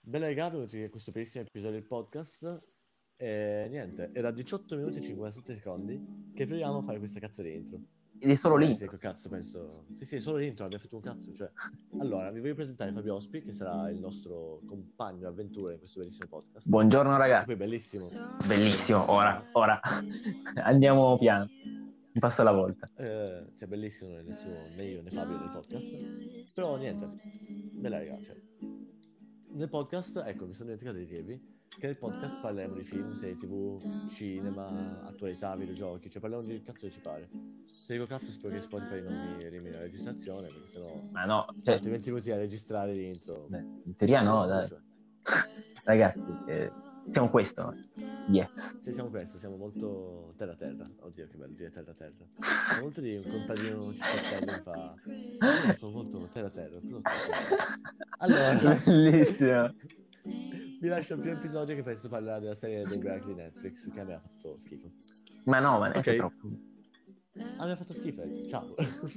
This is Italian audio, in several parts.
Bella raga, benvenuti in questo bellissimo episodio del podcast. E niente, era 18 minuti e 57 secondi che proviamo a fare questa cazzo di intro. Ed è solo Sì, l'intro. che cazzo, penso. Sì, solo l'intro, abbiamo fatto un cazzo. Cioè, allora, vi voglio presentare Fabio Ospi, che sarà il nostro compagno di avventura in questo bellissimo podcast. Buongiorno Che ragazzi. poi è bellissimo. Bellissimo, Insomma. ora. Andiamo piano, un passo alla volta. Cioè, bellissimo, né io né Fabio nel podcast. Però niente, bella raga, cioè. Nel podcast, ecco, mi sono dimenticato di dirvi che nel podcast parleremo di film, serie tv, cinema, attualità, videogiochi, cioè parliamo di cazzo che ci pare. Se dico cazzo spero che Spotify non mi elimini la registrazione, perché sennò Ma no, cioè, altri 20 minuti a registrare l'intro in ci teoria no, sarebbe, dai. cioè. Ragazzi, siamo questo noi. Yes. Cioè siamo questo, siamo molto terra terra. Oddio che bello dire terra terra. Siamo molto di un contadino cicciotello che fa... Io sono molto terra terra, però tutto così. Allora... Bellissimo. Vi lascio il primo episodio che penso parlerà della serie dei Black di Netflix che a me ha fatto schifo. Ma no, ma neanche Ok, troppo. a me ha fatto schifo, ciao.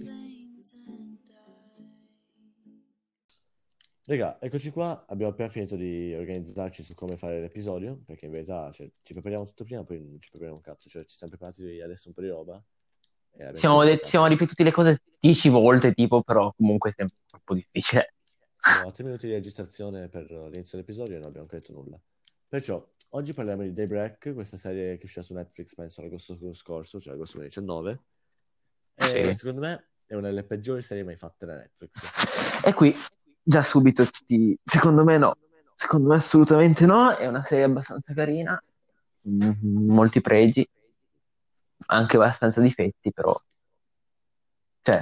Raga, eccoci qua, abbiamo appena finito di organizzarci su come fare l'episodio, perché in verità cioè, ci prepariamo tutto prima, poi non ci prepariamo un cazzo, cioè ci siamo preparati adesso un po' di roba e l'abbiamo Siamo dimenticata. ripetuti le cose 10 volte, tipo, però comunque è sempre troppo difficile. Siamo a 3 minuti di registrazione per l'inizio dell'episodio e non abbiamo ancora detto nulla. Perciò, oggi parliamo di Daybreak, questa serie che è uscita su Netflix, penso, l'agosto scorso, cioè agosto 2019. E Sì. secondo me è una delle peggiori serie mai fatte da Netflix. E qui già subito secondo me no, secondo me assolutamente no, è una serie abbastanza carina, molti pregi, anche abbastanza difetti, però cioè,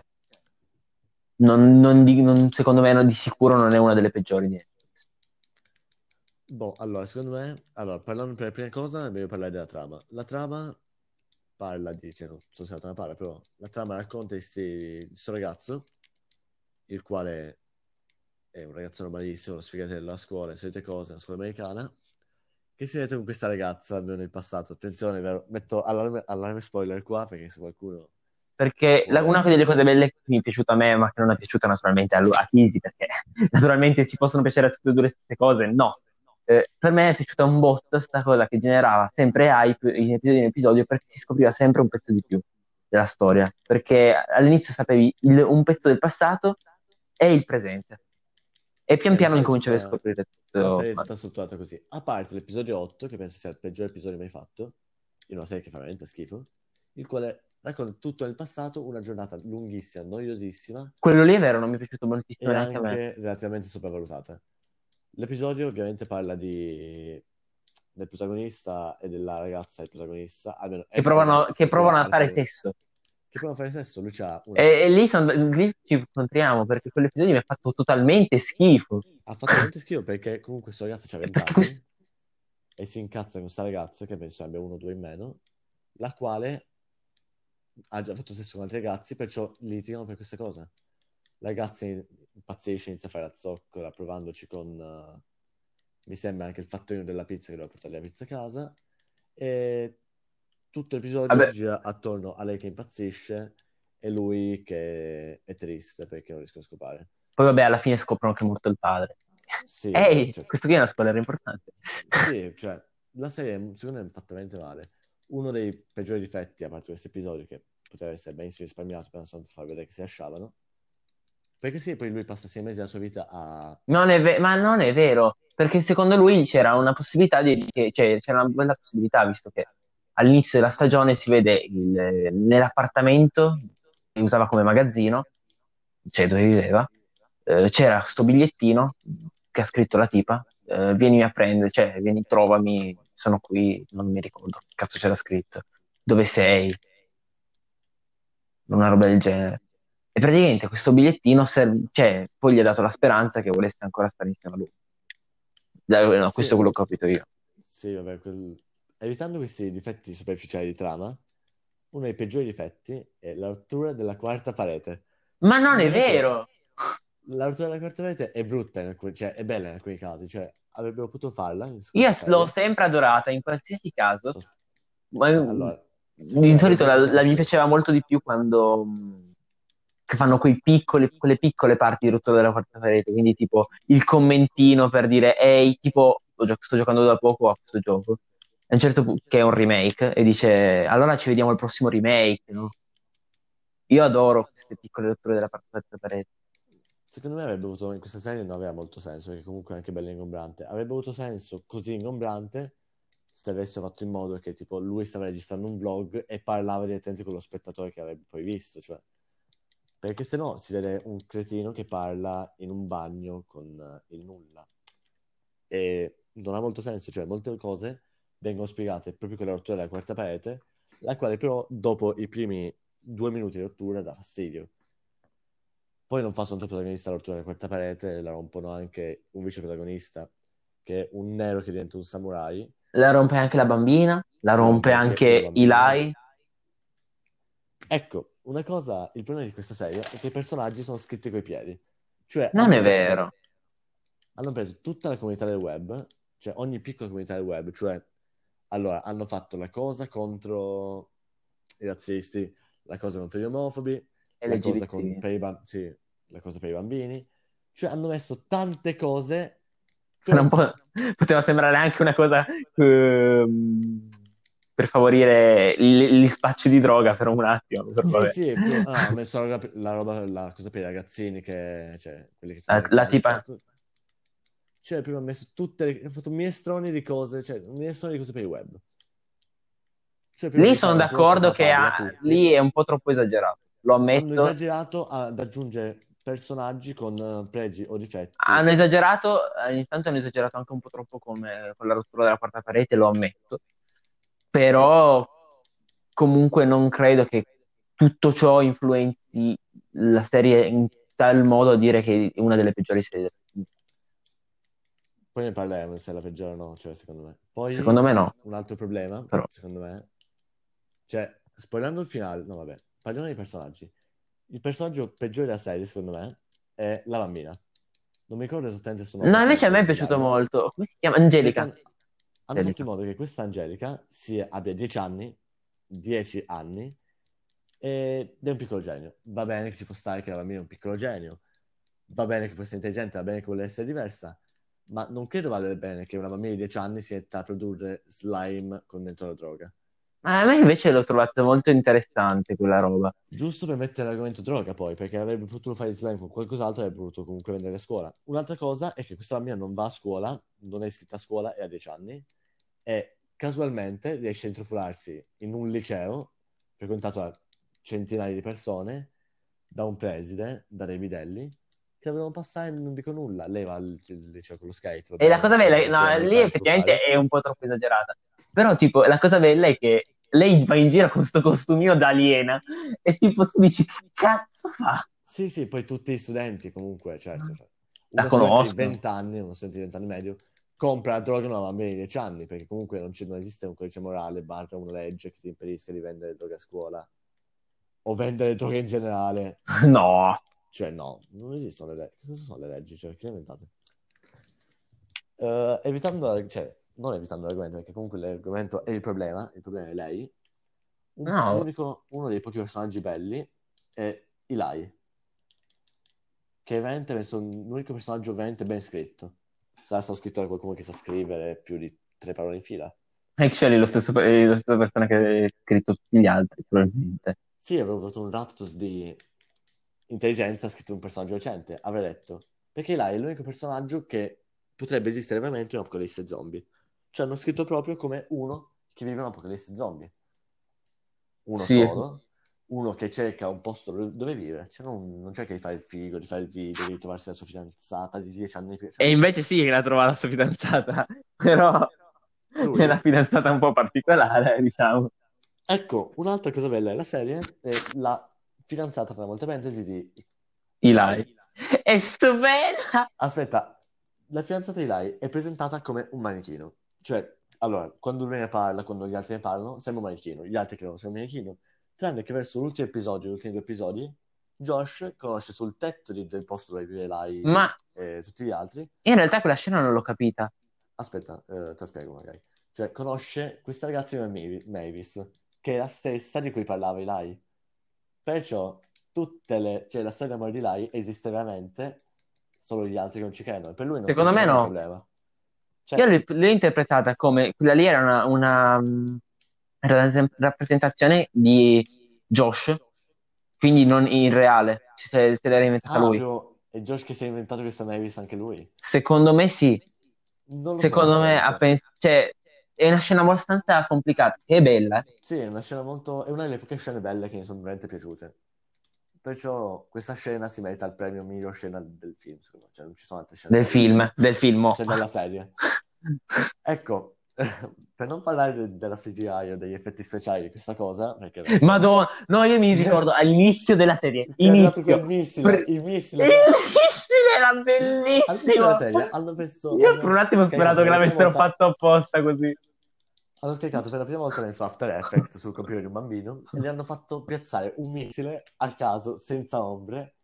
secondo me di sicuro non è una delle peggiori di Netflix. Boh, allora, secondo me, allora, parlando per la prima cosa, è meglio parlare della trama. La trama parla di, cioè, non so se la trama parla, però la trama racconta di questo ragazzo, il quale è un ragazzo normalissimo, sfigatello a scuola, le solite cose, una scuola americana, che si mette con questa ragazza, almeno nel passato. Attenzione, metto allarme spoiler qua, perché se qualcuno Perché una vuole... delle cose belle che mi è piaciuta a me, ma che non è piaciuta naturalmente a Kisi, perché naturalmente ci possono piacere a tutte e due le stesse cose, no. Per me è piaciuta un botto sta cosa che generava sempre hype in episodio perché si scopriva sempre un pezzo di più della storia, perché all'inizio sapevi un pezzo del passato e il presente e pian La piano serie è incominciavi a tutta... scoprire La tutto. serie è tutta strutturata così. A parte l'episodio 8, che penso sia il peggior episodio mai fatto, in una serie che fa veramente schifo, il quale racconta tutto nel passato, una giornata lunghissima, noiosissima Quello lì è vero, non mi è piaciuto moltissimo e neanche a me. anche relativamente sopravvalutata. L'episodio ovviamente parla del protagonista e della ragazza del protagonista, almeno ex ragazza, Che scoprirà provano a alla fare fine sesso. che provano a fare sesso, lui ha una... E lì ci incontriamo perché quell'episodio mi ha fatto totalmente schifo. Ha fatto veramente schifo perché comunque questo ragazzo ha 20 Perché anni e si incazza con questa ragazza che penso abbia uno o due in meno, la quale ha già fatto sesso con altri ragazzi, perciò litigano per questa cosa. La ragazza impazzisce, inizia a fare la zoccola, provandoci con, mi sembra, anche il fattorino della pizza che doveva portare la pizza a casa. E tutto l'episodio Vabbè, gira attorno a lei che impazzisce e lui che è triste perché non riescono a scopare. poi vabbè, alla fine scoprono che è morto il padre. Sì, vabbè, Ehi, cioè, questo qui è una spoiler importante. sì, cioè, la serie secondo me è fatta veramente male. Uno dei peggiori difetti, a parte questo episodio, che poteva essere benissimo risparmiato per non soltanto far vedere che si lasciavano, perché sì, poi lui passa 6 mesi della sua vita a... Ma non è vero, perché secondo lui c'era una possibilità cioè c'era una bella possibilità, visto che all'inizio della stagione si vede nell'appartamento che usava come magazzino, cioè dove viveva, c'era sto bigliettino che ha scritto la tipa, vienimi a prendere, cioè vieni, trovami, sono qui, non mi ricordo che cazzo c'era scritto, dove sei, una roba del genere. E praticamente questo bigliettino cioè, poi gli ha dato la speranza che volesse ancora stare insieme a lui. Dai, no, Sì, questo è quello che ho capito io. sì, vabbè, evitando questi difetti superficiali di trama, uno dei peggiori difetti è la rottura della quarta parete. Ma non è Non è che vero! la rottura della quarta parete è brutta cioè è bella in alcuni casi, cioè avrebbero potuto farla in Io questa l'ho serie. sempre adorata in qualsiasi caso, So- ma cioè, allora, secondo di me avrebbe solito dovuto mi starci. piaceva molto di più quando che fanno quelle piccole parti di rottura della quarta parete, quindi tipo il commentino per dire, ehi, tipo, sto giocando da poco a questo gioco, a un certo punto, che è un remake, e dice, allora ci vediamo al prossimo remake, no? Io adoro queste piccole rotture della quarta parete. Secondo me avrebbe avuto, in questa serie non aveva molto senso, perché comunque è anche bello ingombrante. Avrebbe avuto senso così ingombrante se avesse fatto in modo che tipo lui stava registrando un vlog e parlava direttamente con lo spettatore che avrebbe poi visto, cioè. Perché se no si vede un cretino che parla in un bagno con il nulla. E non ha molto senso, cioè molte cose vengono spiegate proprio con la rottura della quarta parete, la quale però dopo i primi 2 minuti di rottura dà fastidio. Poi non fa soltanto il protagonista la rottura della quarta parete, la rompono anche un vice protagonista, che è un nero che diventa un samurai, La rompe anche la bambina, la la rompe rompe anche una anche bambina. Eli. Ecco, una cosa, il problema di questa serie è che i personaggi sono scritti coi piedi. Cioè, Non è vero. hanno preso tutta la comunità del web, cioè ogni piccola comunità del web, cioè, allora, hanno fatto la cosa contro i razzisti, la cosa contro gli omofobi, la cosa LGBT. sì, la cosa per i bambini, cioè hanno messo tante cose, Era un però po'... Poteva sembrare anche una cosa per favorire gli spacci di droga per un attimo, però sì, vabbè. sì, però ha messo la cosa per i ragazzini, cioè, quelli che stanno La, ai la cani, tipa... cioè, prima ha messo ha fatto minestroni di cose, cioè, minestroni di cose per il web. Cioè, prima Lì di sono fare un prodotto d'accordo che papabile a tutti, lì è un po' troppo esagerato, lo hanno ammetto. esagerato ad aggiungere personaggi con pregi o difetti. Hanno esagerato, ogni tanto hanno esagerato anche un po' troppo con la rottura della quarta parete, lo ammetto. Però comunque non credo che tutto ciò influenzi la serie in tal modo a dire che è una delle peggiori serie. Poi ne parleremo se è la peggiore o no, cioè, secondo me. Poi, Secondo me no, un altro problema, però. secondo me, cioè, spoilerando il finale, no, vabbè, parliamo dei personaggi. Il personaggio peggiore della serie, secondo me, è la bambina. Non mi ricordo esattamente il suo No, nome, quindi invece a me è devo piaciuto guardarlo. molto. Come si chiama? Perché Angelica. hanno fatto in Angelica. modo che questa Angelica abbia 10 anni, 10 anni, ed è un piccolo genio. Va bene che ci può stare che la bambina è un piccolo genio, va bene che può essere intelligente, va bene che vuole essere diversa, ma non credo valga bene che una bambina di 10 anni si metta a produrre slime con dentro la droga. Ma a me invece l'ho trovato molto interessante quella roba. Giusto per mettere l'argomento droga poi, perché avrebbe potuto fare slime con qualcos'altro e avrebbe potuto comunque vendere a scuola. Un'altra cosa è che questa bambina non va a scuola, non è iscritta a scuola e ha 10 anni, e casualmente riesce a intrufolarsi in un liceo frequentato da centinaia di persone, da un preside, da dei bidelli, che la devono passare e non dico nulla. Lei va al liceo con lo skate, va E la bene, cosa va bella, al liceo no, lì americano effettivamente sbuffali. è un po' troppo esagerata. Però, tipo, la cosa bella è che lei va in giro con questo costumino da aliena e tipo tu dici, che cazzo fa? Sì, sì, poi tutti gli studenti comunque, certo, cioè, La uno studente di conoscono. 20 anni, uno studente di 20 anni medio, compra la droga a una bambina di 10 anni, perché comunque non esiste un codice morale, barra una legge che ti impedisca di vendere droga a scuola, o vendere droga in generale. No. Cioè, no, non esistono le leggi. Cosa sono le leggi? Cioè, chi le ha inventate? Evitando, cioè, non evitando l'argomento, perché comunque l'argomento è il problema è lei. No. Uno dei pochi personaggi belli è Eli, che è veramente penso l'unico personaggio veramente ben scritto. Sarà stato scritto da qualcuno che sa scrivere più di 3 parole in fila. Actually, è la stessa persona che ha scritto tutti gli altri, probabilmente. Sì, avevo avuto un raptus di intelligenza, ha scritto un personaggio recente, avrei detto. Perché Eli è l'unico personaggio che potrebbe esistere veramente in un'apocalisse zombie. Cioè hanno scritto proprio come uno che vive in un'apocalisse zombie. Uno Sì. solo, uno che cerca un posto dove vivere, cioè non cerca di fare il figo, di fare il video, di trovarsi la sua fidanzata di 10 anni prima, cioè E no, invece sì che l'ha trovata la sua fidanzata, però è una lui. fidanzata un po' particolare, diciamo. Ecco, un'altra cosa bella della serie è la fidanzata, tra molte parentesi, di Eli. Eli. È stupenda! Aspetta, la fidanzata di Eli è presentata come un manichino. Cioè, allora, quando lui ne parla, quando gli altri ne parlano, sembra un manichino. Gli altri credono sia un manichino. Tranne che verso l'ultimo episodio, gli ultimi 2 episodi, Josh conosce sul tetto del posto dove vive Eli Ma e tutti gli altri. in realtà quella scena non l'ho capita. Aspetta, te la spiego magari. Cioè, conosce questa ragazza come Mavis, che è la stessa di cui parlava Eli. Perciò cioè la storia d'amore di Lai esiste veramente, solo gli altri non ci credono. E per lui non Secondo c'è me un no. problema. Io Cioè, l'ho interpretata come quella lì era rappresentazione di Josh, quindi non in reale, se l'era inventata lui. proprio è Josh che si è inventato questa Mavis anche lui. Secondo me sì. Non lo so, Secondo me onestamente. cioè, è una scena abbastanza complicata, che è bella. Sì, è una scena molto... è una delle poche scene belle che mi sono veramente piaciute. Perciò questa scena si merita il premio miglior scena del film, secondo me. Cioè, non ci sono altre scene belle. Del film. Oh. Cioè, della serie. Ecco, per non parlare della CGI o degli effetti speciali di questa cosa, perché veramente... Madonna, no, io mi ricordo all'inizio della serie, Che è arrivato inizio, quel missile, il il missile che... missile era All'inizio della bellissimo. serie hanno messo... Io per un hanno attimo ho scaricato sperato che per la prima l'avessero volta... fatto apposta così. Hanno scaricato per la prima volta nel After Effects sul computer di un bambino e gli hanno fatto piazzare un missile a caso, senza ombre,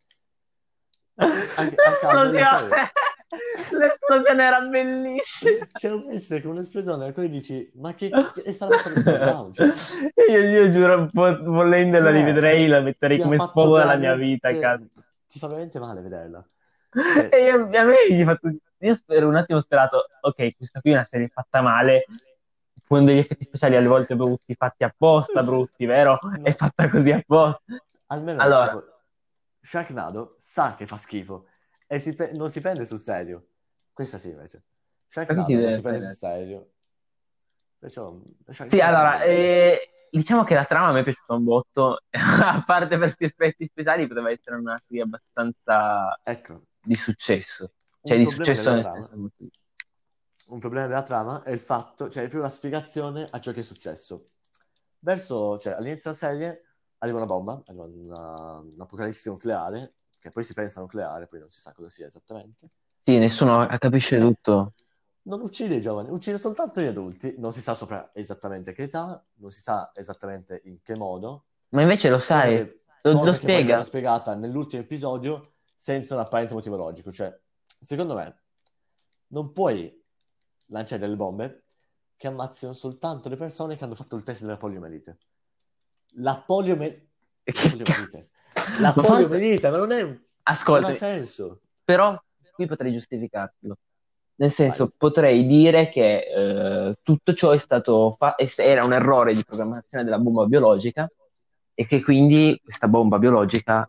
a caso nelle serie. L'esplosione, l'esplosione era bellissima. C'era un missile con un'esplosione e poi dici, ma che è stata fatta per il launcher? Io giuro, volendo la Cioè, rivedrei, la metterei ti ha come fatto sfogo della mia vita, cazzo. veramente... ti fa veramente male vederla. E Cioè, a me gli ha fatto... Io spero, un attimo ho sperato, ok, questa qui è una serie fatta male, con degli effetti speciali alle volte brutti, fatti apposta, brutti, vero? È no, fatta così apposta. almeno, Allora, tipo, Sharknado sa che fa schifo e non si prende sul serio. Questa sì, invece. così si Sharknado non si deve prende sul prendere. serio. Perciò, Sì, Sharknado allora, è bello. diciamo che la trama a me è piaciuta un botto, a parte per questi effetti speciali, poteva essere una serie abbastanza Ecco, di successo, cioè un di problema successo della nel trama, senso molto... un problema della trama è il fatto, cioè è più la spiegazione a ciò che è successo. Cioè, all'inizio della serie arriva una bomba, arriva un'apocalisse nucleare, che poi si pensa nucleare, poi non si sa cosa sia esattamente. Sì, nessuno capisce E tutto, non uccide i giovani, uccide soltanto gli adulti, non si sa sopra esattamente che età, non si sa esattamente in che modo, ma invece lo cosa sai, che, lo cosa che poi verrà spiega. spiegata nell'ultimo episodio senza un apparente motivo logico. Cioè, secondo me, non puoi lanciare delle bombe che ammazzino soltanto le persone che hanno fatto il test della poliomelite. La poliomelite... La poliomelite. La Ma forse, poliomelite, ma non è... non ha ascoltami, senso. però qui potrei giustificarlo. Nel Vai. senso, potrei dire che tutto ciò è stato era un errore di programmazione della bomba biologica e che quindi questa bomba biologica,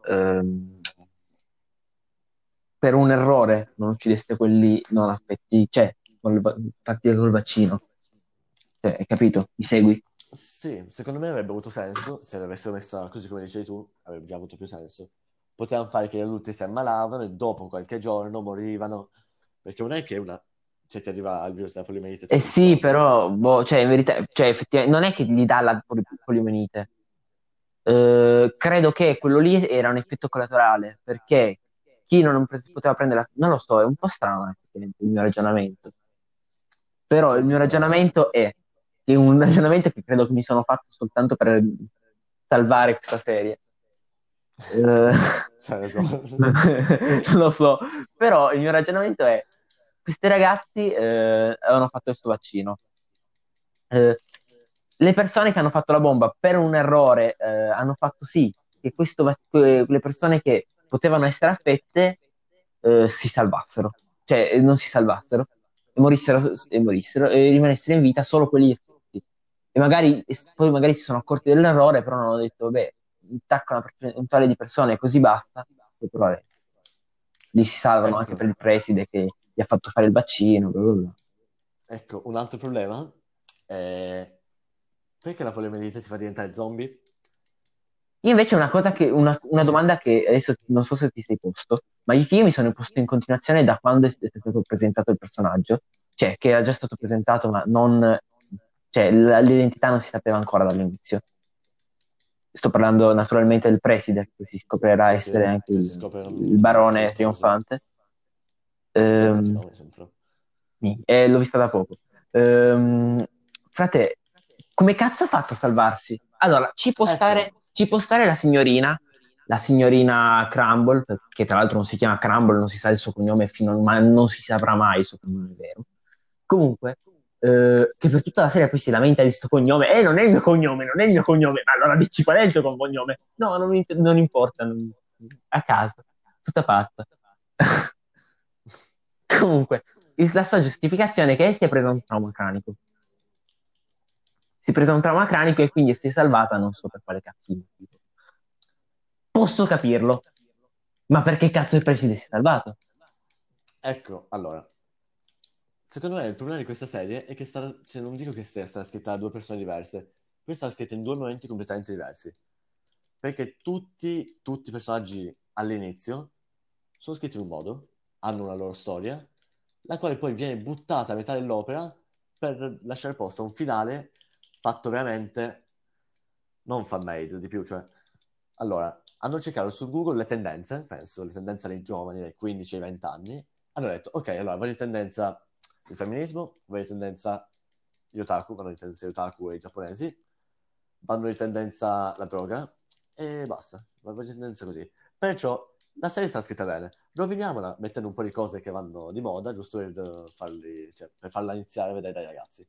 per un errore, non uccidesse quelli non affetti, cioè, fatti col vaccino. Cioè, hai capito? Mi segui? Sì, secondo me avrebbe avuto senso se l'avessero messa così come dicevi tu, avrebbe già avuto più senso. Potevano fare che gli adulti si ammalavano e dopo qualche giorno morivano, perché non è che una... se ti arriva il virus della poliomielite Eh tutti ti sì, muoiono. però, boh, cioè, in verità, cioè, effettivamente, non è che gli dà la poliomielite. Credo che quello lì era un effetto collaterale, perché chi non poteva prendere la... Non lo so, è un po' strano effettivamente il mio ragionamento. Però C'è il un po' mio strano. ragionamento è un ragionamento che credo che mi sono fatto soltanto per salvare questa serie. Eh, C'hai ragione. non lo so, però il mio ragionamento è: questi ragazzi avevano fatto questo vaccino. Eh, le persone che hanno fatto la bomba per un errore hanno fatto sì che le persone che potevano essere affette si salvassero, cioè non si salvassero e morissero e rimanessero in vita solo quelli affetti. E poi magari si sono accorti dell'errore, però non hanno detto, vabbè, intacca una percentuale di persone così basta, e però lì si salvano anche per Ecco, il preside che gli ha fatto fare il vaccino, bla bla bla. ecco, un altro problema è perché la poliomielite ti fa diventare zombie? Io invece una domanda che adesso non so se ti sei posto, ma io mi sono posto in continuazione da quando è stato presentato il personaggio, cioè che era già stato presentato, ma non, cioè l'identità non si sapeva ancora dall'inizio. Sto parlando naturalmente del preside, che si scoprirà Sì, essere sì, anche che si scopre il non mi barone ricordo cosa. trionfante. Non mi ricordo neanche i Ehm, nomi, sempre. L'ho vista da poco. Frate, come cazzo ha fatto a salvarsi? Allora, Ecco, ci può stare la signorina Crumble, che tra l'altro non si chiama Crumble, non si sa il suo cognome, ma non si saprà mai il suo cognome vero. Comunque, che per tutta la serie poi si lamenta di sto cognome, non è il mio cognome, non è il mio cognome, ma allora dici qual è il tuo cognome? No, non importa, a caso, tutta pazza. Comunque, la sua giustificazione è che si è presa un trauma cranico. Si è presa un trauma cranico e quindi si è salvata, non so per quale cazzo di motivo. Posso capirlo, ma perché cazzo il preside si è salvato? Ecco, allora, secondo me il problema di questa serie è che cioè, non dico che sia stata scritta da due persone diverse, questa è stata scritta in due momenti completamente diversi. Perché tutti i personaggi all'inizio sono scritti in un modo, hanno una loro storia, la quale poi viene buttata a metà dell'opera per lasciare posto a un finale fatto veramente non fan-made di più, cioè allora hanno cercato su Google le tendenze, penso, le tendenze dei giovani dai 15 ai 20 anni, hanno detto ok, allora voglio tendenza il femminismo, voglio tendenza gli otaku, vanno di tendenza gli otaku e i giapponesi, vanno di tendenza la droga e basta, vanno di tendenza così. Perciò la serie sta scritta bene, roviniamola mettendo un po' di cose che vanno di moda, giusto cioè, per farla iniziare a vedere dai ragazzi.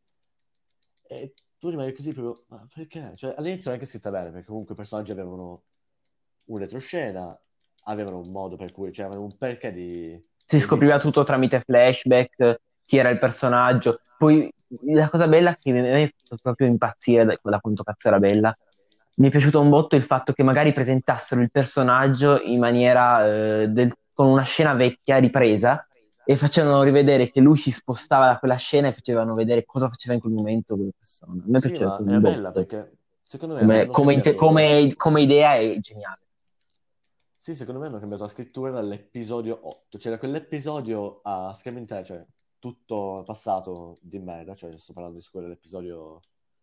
E tu rimani così proprio, ma perché? Cioè, all'inizio è anche scritta bene, perché comunque i personaggi avevano un retroscena, avevano un modo per cui, cioè avevano un perché Si di scopriva esistere. tutto tramite flashback, chi era il personaggio. Poi la cosa bella che mi ha fatto proprio impazzire da quanto cazzo era bella, mi è piaciuto un botto il fatto che magari presentassero il personaggio in maniera con una scena vecchia ripresa e facevano rivedere che lui si spostava da quella scena e facevano vedere cosa faceva in quel momento quella persona. A me Sì, piace ma un era bella botto. perché secondo me hanno Come, cambiato. come idea è geniale. Sì, secondo me hanno cambiato la scrittura dall'episodio 8. C'era quell'episodio a schermo intero, cioè tutto passato di merda, cioè sto parlando di quell'episodio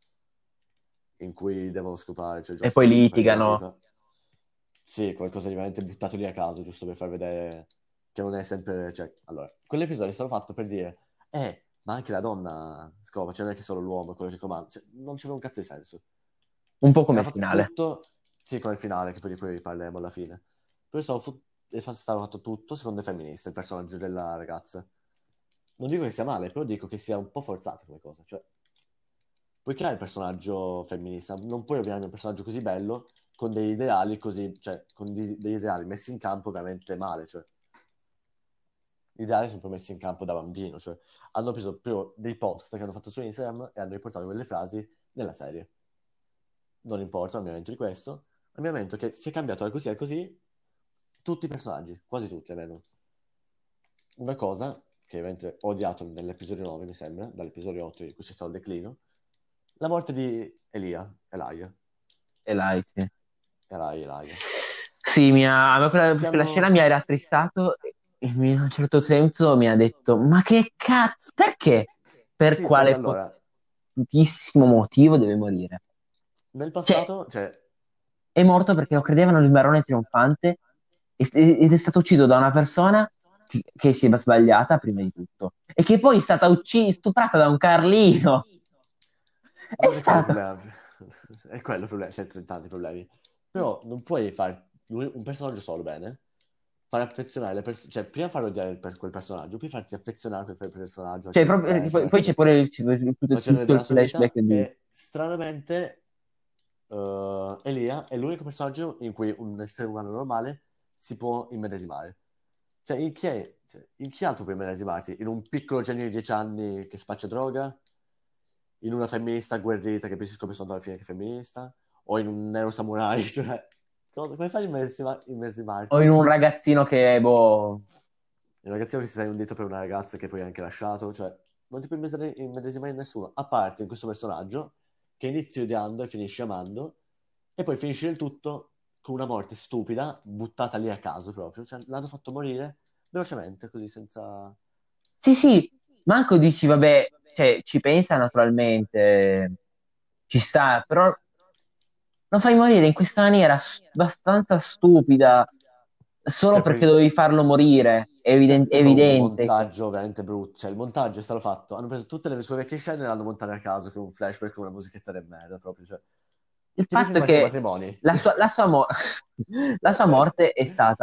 in cui devono scopare, cioè E Joffrey poi deve scoprire la litigano. tipa. Sì, qualcosa di veramente buttato lì a caso, giusto per far vedere che non è sempre. Cioè, allora, quell'episodio è stato fatto per dire, ma anche la donna scopa, cioè non è che solo l'uomo è quello che comanda. Cioè, non c'era un cazzo di senso. Un po' come Era fatto finale. tutto, sì, con il finale, che poi di cui parleremo alla fine. Poi stato fatto tutto secondo i femministi, il personaggio della ragazza. Non dico che sia male, però dico che sia un po' forzato come cosa. Cioè, puoi creare il personaggio femminista, non puoi rovinare un personaggio così bello con degli ideali così, cioè, con degli ideali messi in campo veramente male, cioè. Gli ideali sono proprio messi in campo da bambino, cioè, hanno preso proprio dei post che hanno fatto su Instagram e hanno riportato quelle frasi nella serie. Non importa al momento di questo, al momento che si è cambiato da così a così tutti i personaggi, quasi tutti almeno. Una cosa che ovviamente ho odiato nell'episodio 9, mi sembra, dall'episodio 8 in cui c'è stato il declino, la morte di Elijah. E là, sì. Elijah. Sì, a me quella scena Siamo. mi ha rattristato e in un certo senso mi ha detto, ma che cazzo, perché? Per Sì, perché quale allora, potentissimo motivo deve morire? nel Cioè, passato, cioè, è morto perché lo credevano il barone trionfante ed è stato ucciso da una persona che si è sbagliata prima di tutto e che poi è stata stuprata da un Carlino. È non è quello il stato... problema, è quello il problema, c'è tanti problemi. Però non puoi fare un personaggio solo bene, far affezionare le persone, cioè prima farlo odiare per quel personaggio, poi farti affezionare a quel personaggio, Cioè, facendo il proprio, perché flashback, poi c'è pure facendo tutto vedere il la sua vita, flashback di... e stranamente Elia è l'unico personaggio in cui un essere umano normale si può immedesimare. Cioè, in chi altro puoi immedesimarti? In un piccolo genio di 10 anni che spaccia droga? In una femminista agguerrita che poi si scopre solo alla fine che è femminista? O in un nero samurai? Cioè, come fai a O in immedesimarti? un ragazzino che, boh... Il ragazzino che si sta un dito per una ragazza che poi ha anche lasciato, cioè, non ti puoi immedesimare in nessuno, a parte in questo personaggio che inizi odiando e finisci amando, e poi finisce il tutto con una morte stupida, buttata lì a caso proprio, cioè l'hanno fatto morire velocemente, così senza. Sì, sì, manco dici, vabbè, cioè, ci pensa naturalmente, ci sta, però lo fai morire in questa maniera abbastanza stupida, solo Cioè, perché poi. dovevi farlo morire, è Cioè, è poi con un evidente che... montaggio veramente brutto. Cioè, il montaggio è stato fatto. Hanno preso tutte le sue vecchie scene e le hanno montate a caso con un flashback con una musichetta del merda, proprio. Cioè. Il Tipo i fatto è filmati dei che matrimoni. la sua morte è stata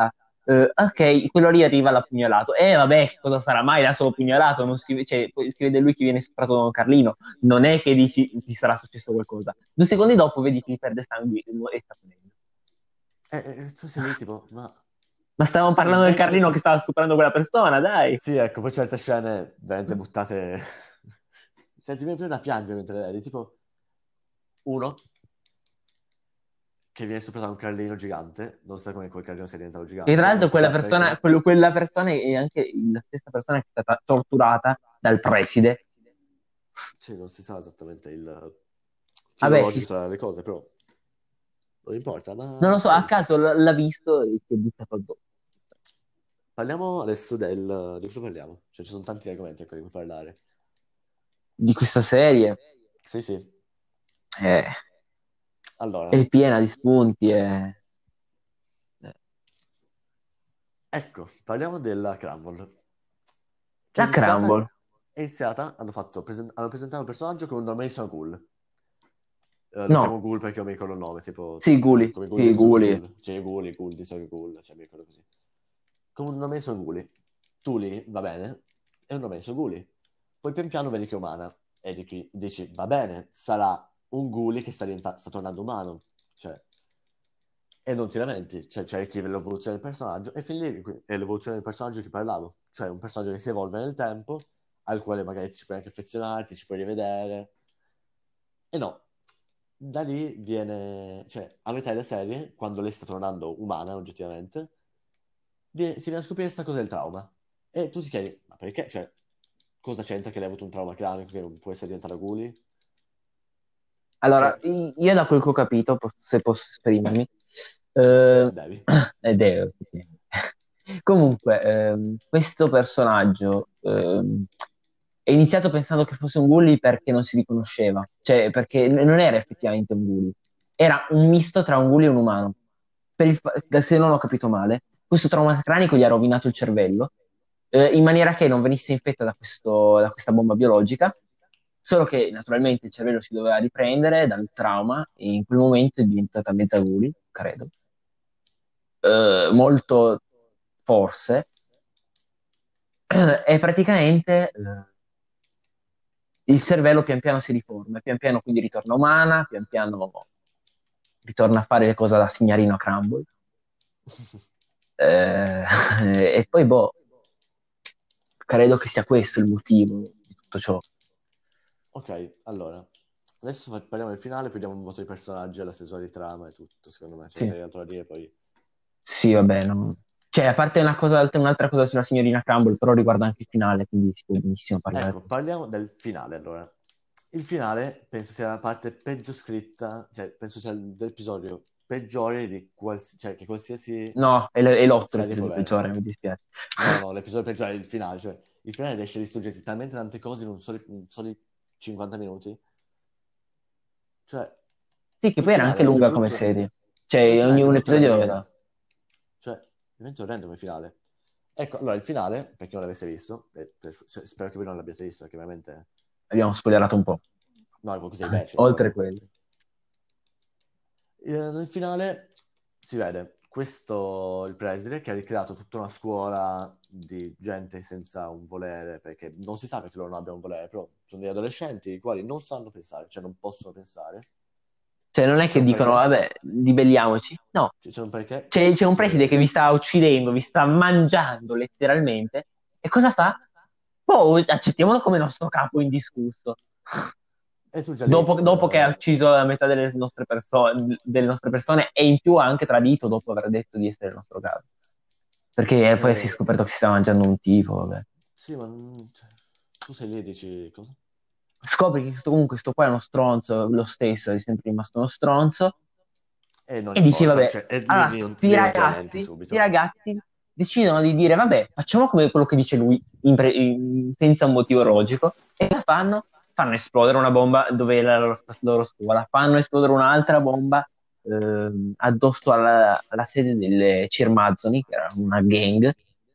Ok, quello lì arriva all'appugnalato. Vabbè, che cosa sarà mai da solo pugnalato? Non cioè, poi si vede lui che viene stuprato da un Carlino. Non è che dici ti sarà successo qualcosa. 2 secondi dopo vedi che gli perde sangue e sta finendo. Tu sei lì tipo, ma Ma stavamo parlando del invece... Carlino che stava stuprando quella persona, dai. Sì, ecco, poi certe scene veramente buttate... Cioè, ti viene più da piangere mentre le vedi, tipo uno che viene stuprato da un carlino gigante, non so come quel carlino sia diventato E tra gigante, non l'altro si quella sa persona, perché. quella persona è anche la stessa persona che è stata torturata dal preside. Sì, non si sa esattamente il filo Vabbè, sì, logico tra le cose, però non importa, non lo ma so, a comunque. caso l'ha visto e si è buttato addosso. Parliamo adesso di cosa parliamo? Cioè, ci sono tanti argomenti ancora di cui parlare. Di questa serie. Sì, sì. Eh, Allora, è piena di spunti. ecco, parliamo della Crumble, che La Crumble. è iniziata, hanno presentato il personaggio come un Mason Ghoul. Lo No, chiamo Ghoul perché non mi ricordo il nome, tipo sì, Guli. come i Ghoul Sì, di Giochi Guli. Ghoul. Cioè i Ghoul di Giochi Ghoul, cioè mi ricordo così. Come un nome sono Ghoul. Tuli, va bene, è un nome sono Ghoul. Poi pian piano vedi che è umana e dici, va bene, sarà un Ghoul che sta tornando umano. Cioè, e non ti lamenti, cioè c'è chi vede l'evoluzione del personaggio e fin lì è l'evoluzione del personaggio che parlavo. Cioè un personaggio che si evolve nel tempo, al quale magari ci puoi anche affezionarti, ci puoi rivedere. E no, da lì cioè a metà della serie, quando lei sta tornando umana oggettivamente, si viene a scoprire questa cosa del trauma. E tu ti chiedi, ma perché? Cioè, cosa c'entra che lei ha avuto un trauma cranico che non può essere diventata Guli? Allora, Cioè, io da quel che ho capito, se posso esprimermi, eh, devi. ed è effettivamente. Comunque, questo personaggio è iniziato pensando che fosse un Gully perché non si riconosceva, cioè perché non era effettivamente un Gully, era un misto tra un Gully e un umano. Se non ho capito male, questo trauma cranico gli ha rovinato il cervello, in maniera che non venisse infetta da questa bomba biologica, solo che naturalmente il cervello si doveva riprendere dal trauma e in quel momento è diventata mezza Gully, credo. Molto forse, e praticamente il cervello pian piano si riforma, e pian piano quindi ritorna umana, pian piano ritorna a fare le cose da signorino a Crumble. Eh, e poi, boh, credo che sia questo il motivo di tutto ciò. Ok, allora, adesso parliamo del finale, poi diamo un voto ai personaggi, alla stesura di trama e tutto, secondo me. Cioè, Sì, se hai altro da dire, poi... sì, vabbè, cioè, a parte un'altra cosa sulla signorina Crumble, però riguarda anche il finale, quindi si può benissimo parlare. Ecco, parliamo del finale, allora. Il finale penso sia la parte peggio scritta, cioè, penso sia l'episodio peggiore cioè, che qualsiasi No, è l'otto serie può l'episodio avere. peggiore, mi dispiace. No, no, l'episodio peggiore è il finale, cioè il finale riesce a distruggerti talmente tante cose in soli 50 minuti. Cioè, Sì, che quel poi era finale anche è di un lunga come brutto... serie. Cioè, quel Cioè, finale è ogni di un un brutto episodio aveva... orrendo. Cioè, veramente orrendo come finale. Ecco, allora, il finale, per chi non l'avesse visto, spero che voi non l'abbiate visto, perché veramente... Abbiamo spoilerato un po'. No, è qualcosa di becero, Oltre però... quello. Nel finale si vede il preside che ha ricreato tutta una scuola di gente senza un volere, perché non si sa perché loro non abbiano un volere, però sono degli adolescenti i quali non sanno pensare, cioè non possono pensare. Cioè, non è C'è che un dicono, perché? vabbè, ribelliamoci. No, C'è un perché? c'è un Si preside che vede. vi sta uccidendo, vi sta mangiando letteralmente. E cosa fa? Oh, accettiamolo come nostro capo indiscusso. E tu già lì, Dopo che ha ucciso la metà delle nostre persone e in più ha anche tradito dopo aver detto di essere il nostro capo. Perché poi si è eh, scoperto che si stava mangiando un tipo, vabbè. sì, ma cioè, tu sei lì e dici cosa? Scopri che comunque sto qua è uno stronzo, lo stesso, è sempre rimasto uno stronzo. E non E dici, importa, vabbè, cioè, e allora, lì non ti lamenti sti subito. ragazzi decidono di dire, vabbè, facciamo come quello che dice lui, senza un motivo logico. E cosa fanno? Fanno esplodere una bomba dove è loro scuola, fanno esplodere un'altra bomba addosso alla sede delle Cirmazzoni, che era una gang.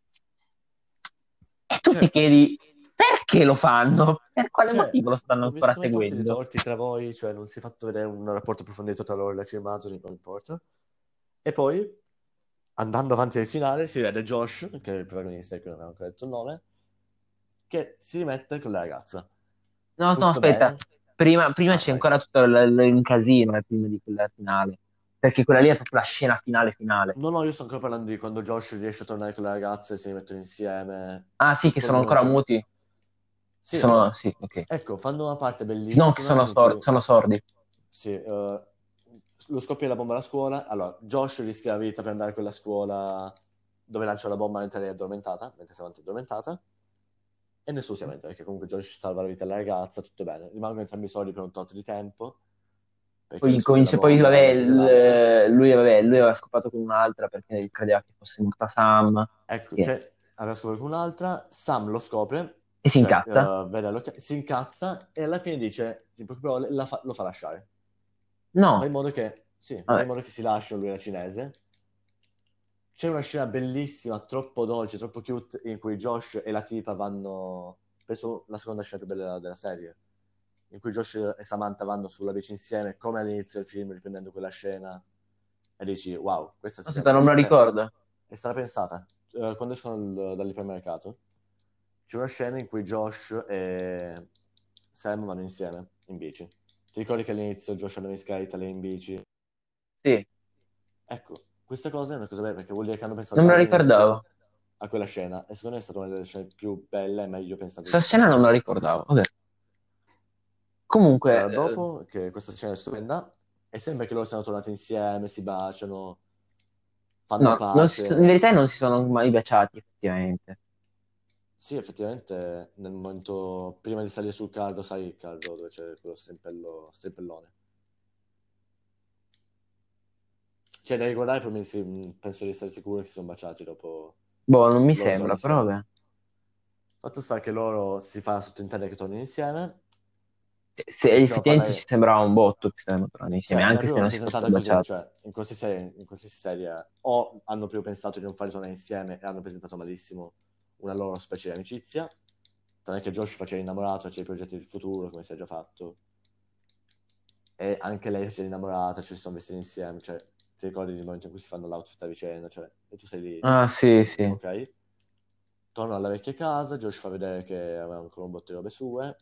E tu ti Cioè, chiedi, perché lo fanno? Per quale Cioè, motivo lo stanno non vi ancora siete mai fatti dei seguendo? torti tra voi, cioè non si è fatto vedere un rapporto approfondito tra loro e la Cinematory, non importa. E poi andando avanti nel finale, si vede Josh, che è il protagonista, di cui non avevo ancora detto il nome, che si rimette con la ragazza. No, no, Tutto aspetta. bene? Prima Ah, c'è vai. ancora tutto il casino prima di quella finale. Perché quella lì è proprio la scena finale finale. No, no, io sto ancora parlando di quando Josh riesce a tornare con la ragazza e si rimettono insieme. Ah, sì, che Tutto il sono ancora momento. muti. Sì, Sì, ok. ecco, fanno una parte No, che bellissima in cui sono sordi. sì, lo scoppio della bomba alla scuola. Allora, Josh rischia la vita per andare a quella scuola dove lancia la bomba mentre lei è addormentata, mentre Samantha è addormentata. E nessuno si lamenta perché comunque Josh salva la vita alla ragazza, tutto bene. Rimangono entrambi soli per un tot di tempo perché lui scoppia la Poi, bomba, vabbè, una cosa e l'altra. lui aveva scopato con un'altra perché credeva che fosse morta Sam. Ecco, Che- cioè, aveva scoperto un'altra, Sam lo scopre, E si cioè, incazza. si incazza e alla fine dice, tipo, proprio lo fa lasciare. Fa No, in modo che, sì, fa in vabbè. modo che si lasciano, lui era cinese. C'è una scena bellissima, troppo dolce, troppo cute, in cui Josh e la tipa vanno, penso la seconda scena più bella della serie, in cui Josh e Samantha vanno sulla bici insieme, come all'inizio del film, riprendendo quella scena, e dici, wow, questa si Aspetta, non me lo cioè, ricordo. è stata pensata. Quando escono dall'ipermercato, c'è una scena in cui Josh e Sam vanno insieme, in bici. Ti ricordi che all'inizio Josh andava in skate, lei in bici? Sì, Ecco, questa cosa è una cosa bella perché vuol dire che hanno pensato non me già lo all'inizio ricordavo. a quella scena e secondo me è stata una delle scene più belle e meglio pensate di Questa tutta la scena non me la serie. ricordavo. Vabbè. Comunque, Dopo che questa scena è stupenda, e sembra che loro siano tornati insieme, si baciano, fanno no, in pace. verità non si sono mai baciati, effettivamente. Sì, effettivamente nel momento prima di salire sul carro, sai il carro dove c'è quello stempellone. Cioè, da ricordare, poi penso di essere sicuro che si sono baciati dopo Boh, non mi loro tornano sembra, però insieme. vabbè. Fatto sta che loro si fa sottintendere che tornano insieme, Se iniziano a effettivamente ci parlare. sembrava un botto che stavano tornando insieme, Cioè, è la anche se prima non si fossero rappresentata così, baciati. cioè, in qualsiasi serie, o hanno proprio pensato di non fare tornare insieme e hanno presentato malissimo una loro specie di amicizia, tranne che Josh faceva innamorato, c'è i progetti del futuro, come si è già fatto, e anche lei si è innamorata, ci si sono vestiti insieme, cioè, ti ricordi il momento in cui si fanno l'outfit a vicenda, cioè, e tu sei lì, Ah, sì, sì. ok? Torno alla vecchia casa, Josh fa vedere che aveva ancora un botto di robe sue,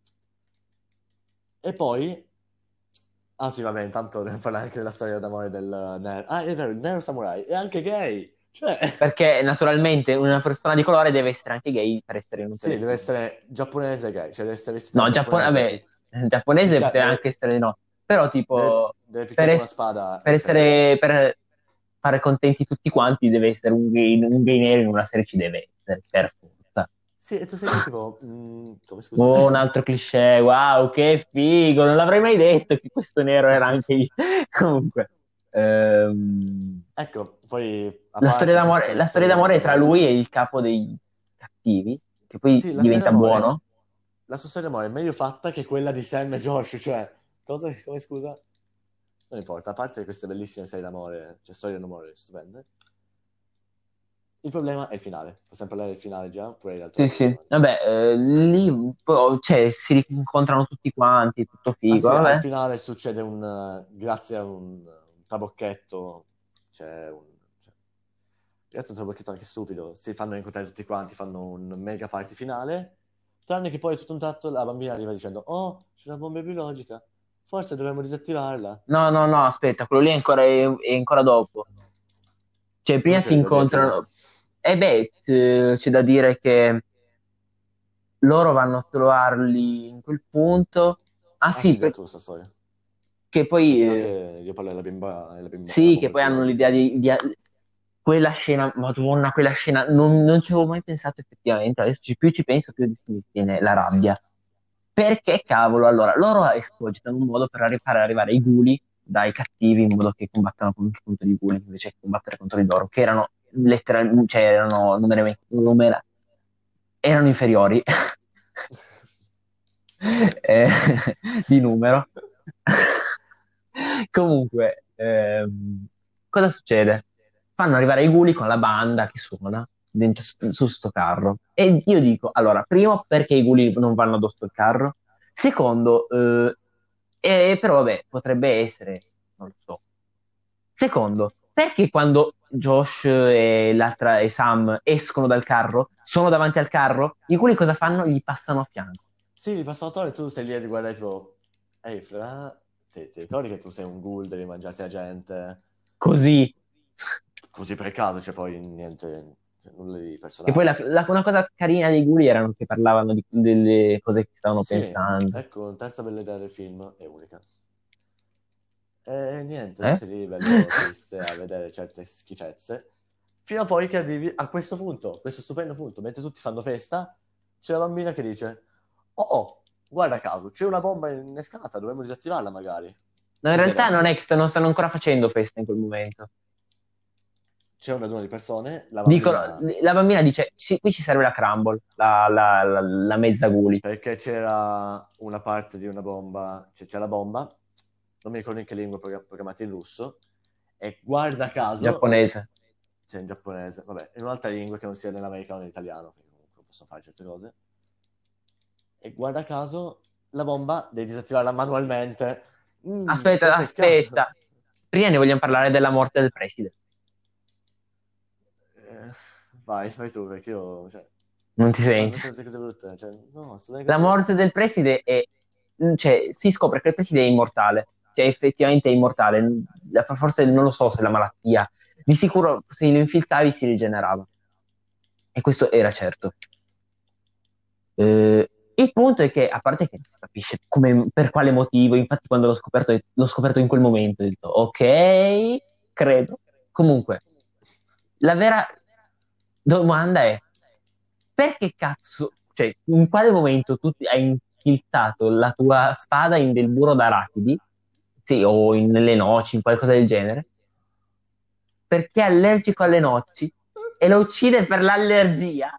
e poi. Ah sì, vabbè, intanto dobbiamo parlare anche della storia d'amore del Nero. Ah, è vero, il Nero Samurai è anche gay. Cioè, Perché naturalmente una persona di colore deve essere anche gay per essere in un sì, deve telefilm. essere giapponese gay, cioè deve essere vestita da No, giapponese. vabbè, giapponese poteva anche Deve, essere no, però tipo deve per, picchiare con una spada ed per essere gay. per fare contenti tutti quanti deve essere un gay nero in una serie ci deve essere, per forza. Sì, e tu sei lì tipo, come scusa? Oh, un altro cliché, wow, che figo, non l'avrei mai detto che questo nero era anche io. Comunque, Ecco, poi a parte tutte le la storia storie d'amore tra lui e romantiche. il capo dei cattivi, che poi Sì, diventa buono. la sua storia d'amore è meglio fatta che quella di Sam e Josh, cioè, cosa, come scusa? Non importa, a parte queste bellissime storie d'amore, cioè storie d'amore stupende. Il problema è il finale. Possiamo parlare del finale già? Oppure in realtà Sì, andiamo più sì, avanti? vabbè, lì cioè, si rincontrano tutti quanti, tutto Ah figo, sì, al vabbè. finale succede grazie a un trabocchetto, c'è un, cioè, grazie a un trabocchetto anche stupido, si fanno incontrare tutti quanti, fanno un mega party finale, tranne che poi tutto un tratto la bambina arriva dicendo, oh, c'è una bomba biologica, forse dovremmo disattivarla. No, no, no, aspetta, quello lì è ancora dopo. Cioè, Cosa prima si c'è da dire prima? incontrano. E beh, c'è da dire che loro vanno a trovarli in quel punto. Ah Ah sì, sì, già tu sta storia. che Cioè poi fino a che io parlo della sì, che bomba poi hanno biologica. l'idea quella scena, Madonna, quella scena, non ci avevo mai pensato effettivamente, adesso più ci penso, più mi viene la rabbia. Perché cavolo, allora, loro escogitano un modo per far arrivare i guli dai cattivi in modo che combattano contro i guli invece che combattere contro di loro, che erano letteralmente, cioè erano, erano inferiori eh, di numero. Comunque, cosa succede? Fanno arrivare i guli con la banda che suona su sto carro. E io dico, allora, primo, perché i guli non vanno addosso al carro? Secondo, però vabbè, potrebbe essere, non lo so. Secondo, perché quando Josh e l'altra e Sam escono dal carro, sono davanti al carro, i culi cosa fanno? Gli passano a fianco. Sì, di passatore tu stai lì a guardare tipo, ehi Fra, ti ricordi che tu sei un ghoul, devi mangiarti la gente? Così. Così per caso, c'è poi niente, cioè, nulla di E poi personale. una cosa carina dei guli erano che parlavano delle cose che stavano Sì, pensando. ecco, terza bella idea del film, è unica. E niente, tu Eh? sei lì bello triste a vedere certe schifezze, fino a poi che arrivi a questo punto, questo stupendo punto, mentre tutti fanno festa, c'è la bambina che dice, oh, guarda caso, c'è una bomba innescata, dovremmo disattivarla magari. No, in realtà non Presidente, è che non stanno ancora facendo festa in quel momento. c'è un raduno di persone, la Dicono, bambina, la bambina dice, "Sì, qui ci serve la crumble, la mezza guli. perché c'era una parte di una bomba, cioè c'è la bomba, non mi ricordo in che lingua programmata in russo, e guarda caso, Giapponese. c'è in giapponese, vabbè, in un'altra lingua che non sia nell'americano o nell'italiano, perché comunque non posso fare certe cose, e guarda caso la bomba devi disattivarla manualmente. Aspetta, Che peccato. aspetta. Prima ne vogliamo parlare della morte del preside. Eh, vai tu, perché io, cioè, Non ti sto senti? talmente tante cose brutte, cioè, no, sto delle La cose brutte. morte del preside è, cioè, si scopre che il preside è immortale, cioè effettivamente è immortale. Forse non lo so se è la malattia, di sicuro se lo infilzavi si rigenerava. E questo era certo. Il punto è che, a parte che non si capisce per quale motivo, infatti quando l'ho scoperto in quel momento, ho detto, ok, credo. Comunque, la vera domanda è, perché cazzo, cioè, in quale momento tu hai infilzato la tua spada in del burro d'arachidi, sì, o nelle noci, in qualcosa del genere, perché è allergico alle noci e lo uccide per l'allergia?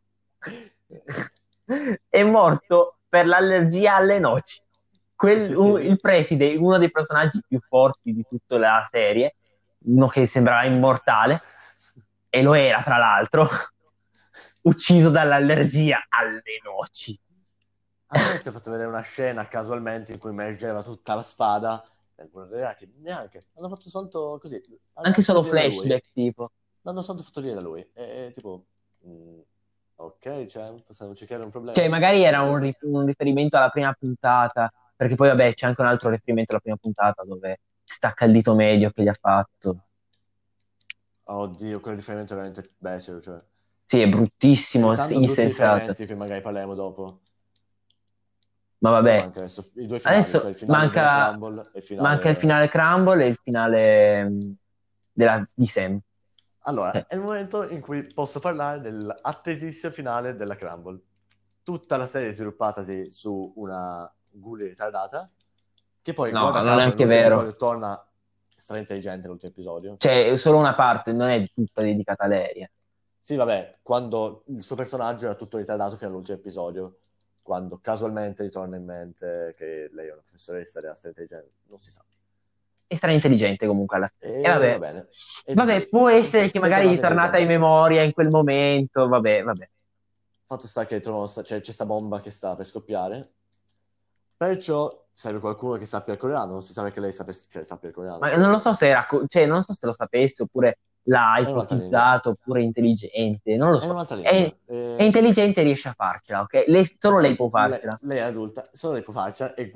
È morto per l'allergia alle noci. Tu sei Il lì, preside, uno dei personaggi più forti di tutta la serie, uno che sembrava immortale, e lo era tra l'altro, ucciso dall'allergia alle noci. a me si è fatto vedere una scena casualmente in cui emergeva tutta la spada nel burro che neanche, hanno fatto soltanto così, Anche hanno fatto solo ridere da lui, flashback, tipo. l'hanno soltanto fatto ridere da lui, e tipo, ok, cioè, possiamo cercare un Cioè, problema, magari possiamo era vedere. un riferimento alla prima puntata, perché poi, vabbè, c'è anche un altro riferimento alla prima puntata dove stacca il dito medio che gli ha fatto. Oddio, quel riferimento è veramente becero, cioè. Sì, è bruttissimo, Evitando brutti insensato. riferimenti, che magari parleremo dopo. Ma Cosa vabbè, manca adesso? I due finali, cioè adesso il finale della Crumble e il manca il finale... finale Crumble e il finale di Sam. Allora, è il momento in cui posso parlare dell'attesissimo finale della Crumble. Tutta la serie è sviluppatasi su una ghoul ritardata, che poi, No, guarda non è caso, anche nell'ultimo vero. episodio torna stra intelligente nell'ultimo episodio. Cioè, Cioè, è solo una parte, non è tutta dedicata a lei. sì, vabbè, quando il suo personaggio era tutto ritardato fino all'ultimo episodio, quando casualmente gli torna in mente che lei è una professoressa ed è stra intelligente, non si sa. È stra intelligente comunque alla fine. E E va vabbè, bene. E tu vabbè, sei, può essere che sei magari tornato è tornata in intelligente. memoria in quel momento, vabbè, vabbè. Fatto sta che c'è sta bomba che sta per scoppiare. Perciò serve qualcuno che sappia il coreano. Non si sa che lei sappia il coreano. Ma non lo so se era, cioè, non so se lo sapesse oppure l'ha È un'altra lingua. ipotizzato oppure è intelligente, non lo È so. un'altra lingua. È intelligente e riesce a farcela, ok? Solo lei può farcela. Lei è adulta, solo lei può farcela e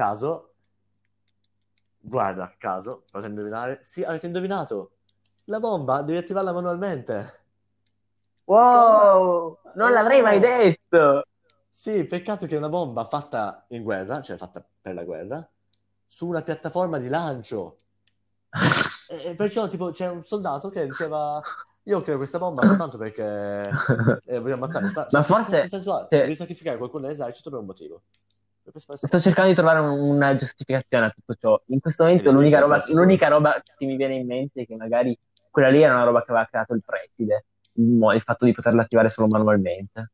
guarda caso, potete indovinare? Sì, avete indovinato. La bomba devi attivarla manualmente. Cosa? Wow, non l'avrei mai Oh! detto. Sì, peccato che è una bomba fatta in guerra, cioè fatta per la guerra, su una piattaforma di lancio. E perciò, tipo, c'è un soldato che diceva: Io creo questa bomba soltanto perché voglio ammazzare. Ma Cioè, che cazzo di forse, senso ha? cioè, Devi sacrificare qualcuno nell'esercito per un motivo. Per questa sto bomba. cercando di trovare una giustificazione a tutto ciò. In questo E momento l'intelligenza te lo assicuro. l'unica roba che mi viene in mente è che magari quella lì era una roba che aveva creato il preside, il fatto di poterla attivare solo manualmente.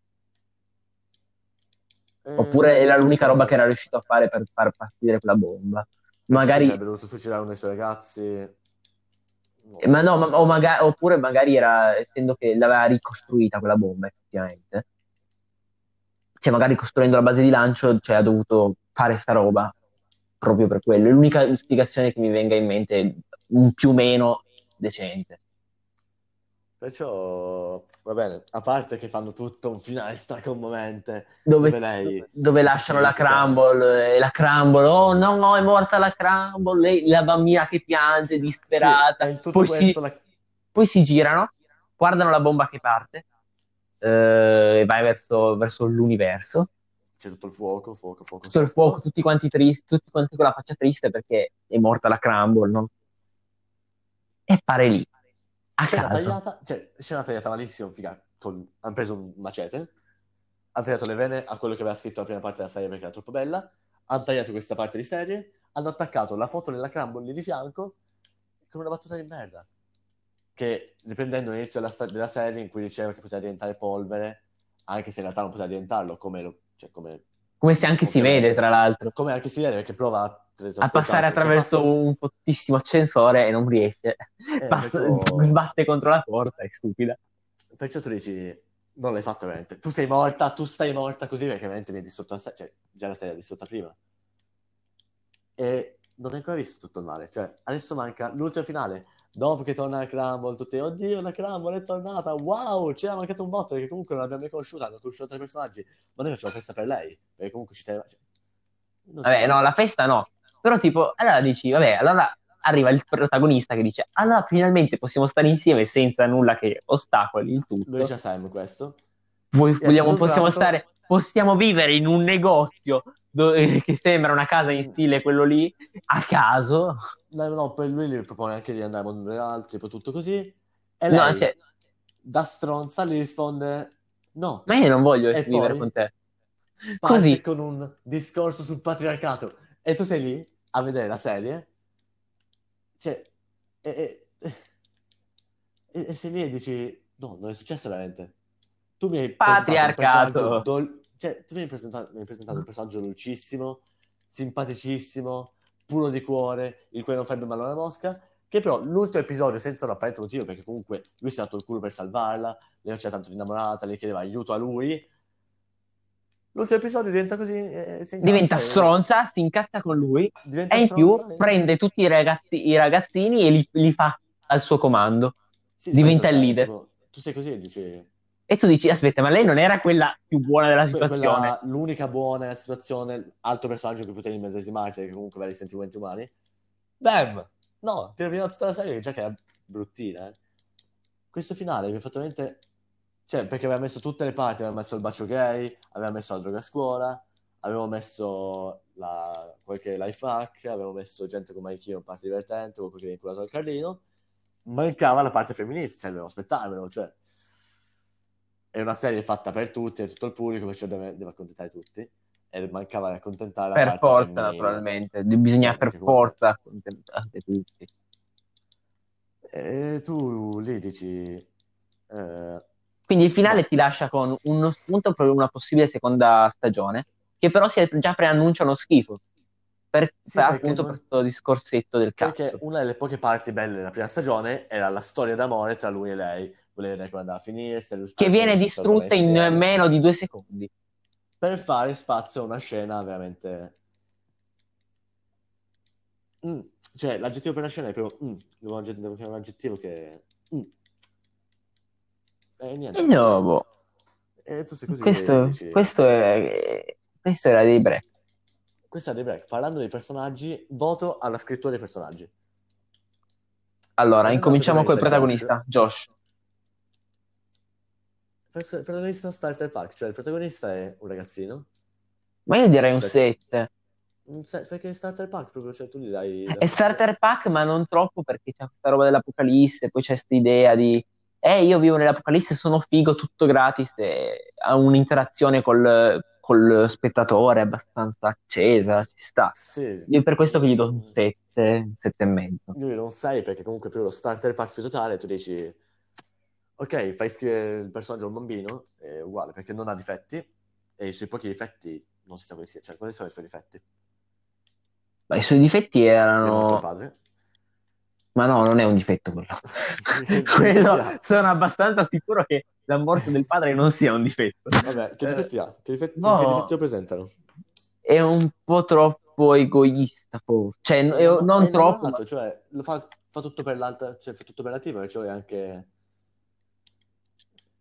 Oppure era Sì, l'unica roba che era probabilmente. riuscito a fare per far partire quella bomba. Perciò si Magari, sarebbe dovuto suicidare uno dei suoi ragazzi. Non lo ma so. no, oppure magari era, essendo che l'aveva ricostruita quella bomba, effettivamente. Cioè, magari costruendo la base di lancio, cioè, ha dovuto fare sta roba proprio per quello. È l'unica spiegazione che mi venga in mente, un più o meno decente. Perciò, va bene, a parte che fanno tutto un finale stracommovente, dove, dove lei dove si lasciano la sacrifica. Crumble e la Crumble, oh no, no, è morta la Crumble, la bambina che piange Sì, e disperata, in tutto questo poi si girano, guardano la bomba che parte e vai verso l'universo, c'è tutto il fuoco, fuoco, fuoco tutto il fuoco, sotto. tutti quanti tristi, tutti quanti con la faccia triste perché è morta la Crumble, no? E pare lì, a caso. Scena tagliata malissimo, figa, hanno preso un macete, hanno tagliato le vene a quello che aveva scritto la prima parte della serie perché era troppo bella, hanno tagliato questa parte di serie, hanno attaccato la foto della Crumble lì di fianco con una battuta di merda, che riprendendo l'inizio della serie in cui diceva che poteva diventare polvere, anche se in realtà non poteva diventarlo, cioè come Come se anche si vede, tra ovviamente, l'altro, come anche si vede che prova a a passare teletrasportarsi, non ce l'ha attraverso fatto, un fottissimo ascensore e non riesce. perciò Sbatte contro la porta, è stupida. Perciò tu dici, non l'hai fatta veramente. Tu sei morta, tu stai morta così perché veramente mi hai distrutto la serie. Cioè, già la serie l'hai distrutta prima. E non hai ancora visto tutto il male. Cioè, adesso manca l'ultimo finale. Dopo che torna la Crumble, tutti, oddio, la Crumble è tornata, wow, ci era mancato un botto perché comunque non l'abbiamo mai conosciuta, hanno conosciuto altri personaggi, ma noi facciamo festa per lei, perché comunque ci teneva, cioè, non si Vabbè, sa. no, la festa no. Però tipo, allora dici, vabbè, allora arriva il protagonista che dice, allora finalmente possiamo stare insieme senza nulla che ostacoli il Lui tutto. c'ha Sam questo, e a tutto Vogliamo, un possiamo tratto, stare, possiamo vivere in un negozio che sembra una casa in stile quello lì, a caso. no, no, poi lui gli propone anche di andare al mondo degli altri, poi tutto così, e No, lei, cioè, da stronza, gli risponde no, ma io non voglio e vivere poi con te. parte Così, con un discorso sul patriarcato, e tu sei lì a vedere la serie, cioè, e, e- e sei lì e dici, no, non è successo veramente. Tu mi hai presentato un personaggio, patriarcato. cioè, tu mi hai presentato un personaggio dolcissimo, simpaticissimo, puro di cuore, il quale non farebbe male a una mosca, che però l'ultimo episodio, senza un apparente motivo, perché comunque lui si è dato il culo per salvarla, lei non c'era tanto innamorata, lei chiedeva aiuto a lui, l'ultimo episodio diventa così, si Diventa incazza e stronza, si incazza con lui diventa e in più stronza e prende tutti i ragazzini e li fa al suo comando. sì, li fa Diventa il risoltare, leader. tipo, tu sei così e dici... E tu dici, aspetta, ma lei non era quella più buona della situazione? L'unica buona situazione, altro personaggio che potevi immedesimarti, che comunque aveva i sentimenti umani. Bam! No, ti rovinato tutta la serie, già che era bruttina. Questo finale mi ha fatto veramente... Cioè, perché aveva messo tutte le parti, aveva messo il bacio gay, aveva messo la droga a scuola, avevo messo qualche life hack, avevo messo gente come Aikio in parte divertente, qualcuno che viene inculato al Carlino. Mancava la parte femminista, cioè dovevo aspettarmelo, cioè è una serie fatta per tutti, per tutto il pubblico, perciò deve accontentare tutti. E mancava di accontentare la Per parte forza, femminile. naturalmente. Bisogna Cioè, per perché comunque... forza accontentarli tutti. E tu lì dici... Quindi il finale no. ti lascia con uno spunto per una possibile seconda stagione, che però già preannuncia uno schifo, Sì, appunto per questo discorsetto del perché cazzo, una delle poche parti belle della prima stagione era la storia d'amore tra lui e lei. Voleva vedere come andava a finire, se che alla fine viene riuscissero a tornare distrutta in insieme. meno di 2 secondi. Per fare spazio a una scena veramente... Mm. Cioè, l'aggettivo per la scena è proprio... devo chiamare un aggettivo che... Mm. E E niente. dopo, E tu sei così e questo, dici... questo era dei break. Questa è dei break. Parlando dei personaggi, voto alla scrittura dei personaggi. Allora, Prendendo il incominciamo col protagonista Josh, protagonista, Josh. il protagonista starter pack, cioè il protagonista è un ragazzino. Ma io direi un Se- 7. Perché starter pack proprio, cioè tu gli dai È tutto. starter pack, ma non troppo perché c'è questa roba dell'Apocalisse, poi c'è questa idea di io vivo nell'Apocalisse, sono figo, tutto gratis e ha un'interazione col spettatore abbastanza accesa, ci sta. Sì, Io per questo che gli do un 7, un 7 e mezzo. lui non sai perché comunque proprio lo starter pack più totale, tu dici, ok, fai scrivere il personaggio a un bambino, è uguale perché non ha difetti e i suoi pochi difetti non si sa quali siano, cioè quali sono i suoi difetti? Ma i suoi difetti Gli è morto il erano... padre? Ma no, non è un difetto quello. Che difetti Quello, ha? sono abbastanza sicuro che la morte del padre non sia un difetto. Vabbè, che difetti ha? Che difetti No, lo presentano? è un po' troppo egoista, forse. Cioè, È non troppo, ma innamorato, cioè fa tutto per l'altra, cioè fa tutto per la tipa, cioè è anche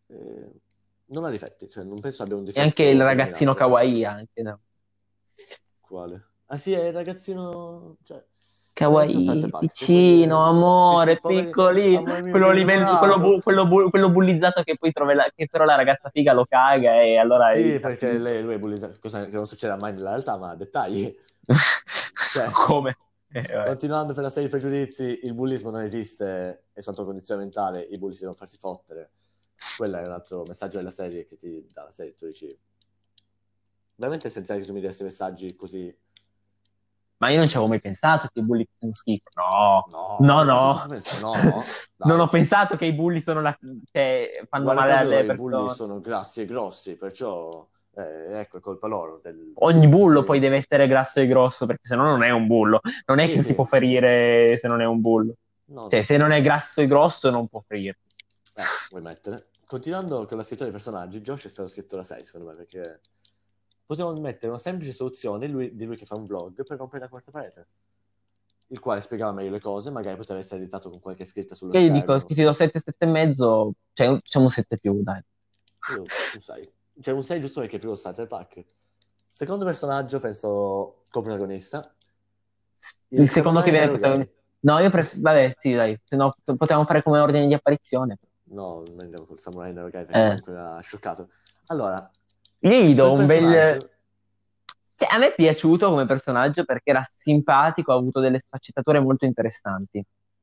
non ha difetti, cioè non penso abbia un E anche il difetto ragazzino predominante. kawaii anche, no? Quale? Ah sì, è il ragazzino, cioè, il ragazzino Starter Kawaii, Pack, che poi piccino, amore, poveri, piccolino, amore mio, quello, ti ho livello, quello, innamorato. quello bullizzato che poi che però la ragazza figa lo caga e allora Sì, sta perché finito. lui è bullizzato, cosa che non succede mai nella realtà, ma dettagli. Cioè, Come? Vabbè. continuando per la serie di pregiudizi, il bullismo non esiste, è soltanto condizione mentale, i bulli si devono farsi fottere. Quello è un altro messaggio della serie che ti dà la serie, tu dici, veramente è essenziale che tu mi dia questi messaggi così. Ma io non ci avevo mai pensato che i bulli fossero schifo. No, no, No, cosa no. stai pensando? No, Non ho dai. pensato che i bulli sono che fanno Guarda male caso alle i bulli persone. sono grassi e grossi, perciò ecco, è colpa loro Ogni bullo poi dell'infezione. deve essere grasso e grosso, perché se no non è un bullo. Non è Sì, che ti sì, può ferire se non è un bullo. no, Cioè, no. se non è grasso e grosso non può ferirti. Vuoi mettere? Continuando con la scrittura dei personaggi, Josh è stato scritto da 6, secondo me, perché potevano mettere una semplice soluzione di lui che fa un vlog per rompere la quarta parete, il quale spiegava meglio le cose, magari poteva essere editato con qualche scritta sullo Io gli dico schermo. che ti do 7, 7 e mezzo, cioè facciamo un 7 più, dai. Io un 6. Cioè un 6 giusto perché è più lo starter pack. Secondo personaggio, penso coprotagonista, Il il secondo che samurai viene nero protagonista. gay. No, vabbè, sì, dai, se no potevamo fare come ordine di apparizione. No, non andiamo col samurai nero gay perché Eh. comunque mi ha scioccato. Allora, Io gli do quel un bel. personaggio... Cioè, a me è piaciuto come personaggio perché era simpatico, ha avuto delle sfaccettature molto interessanti.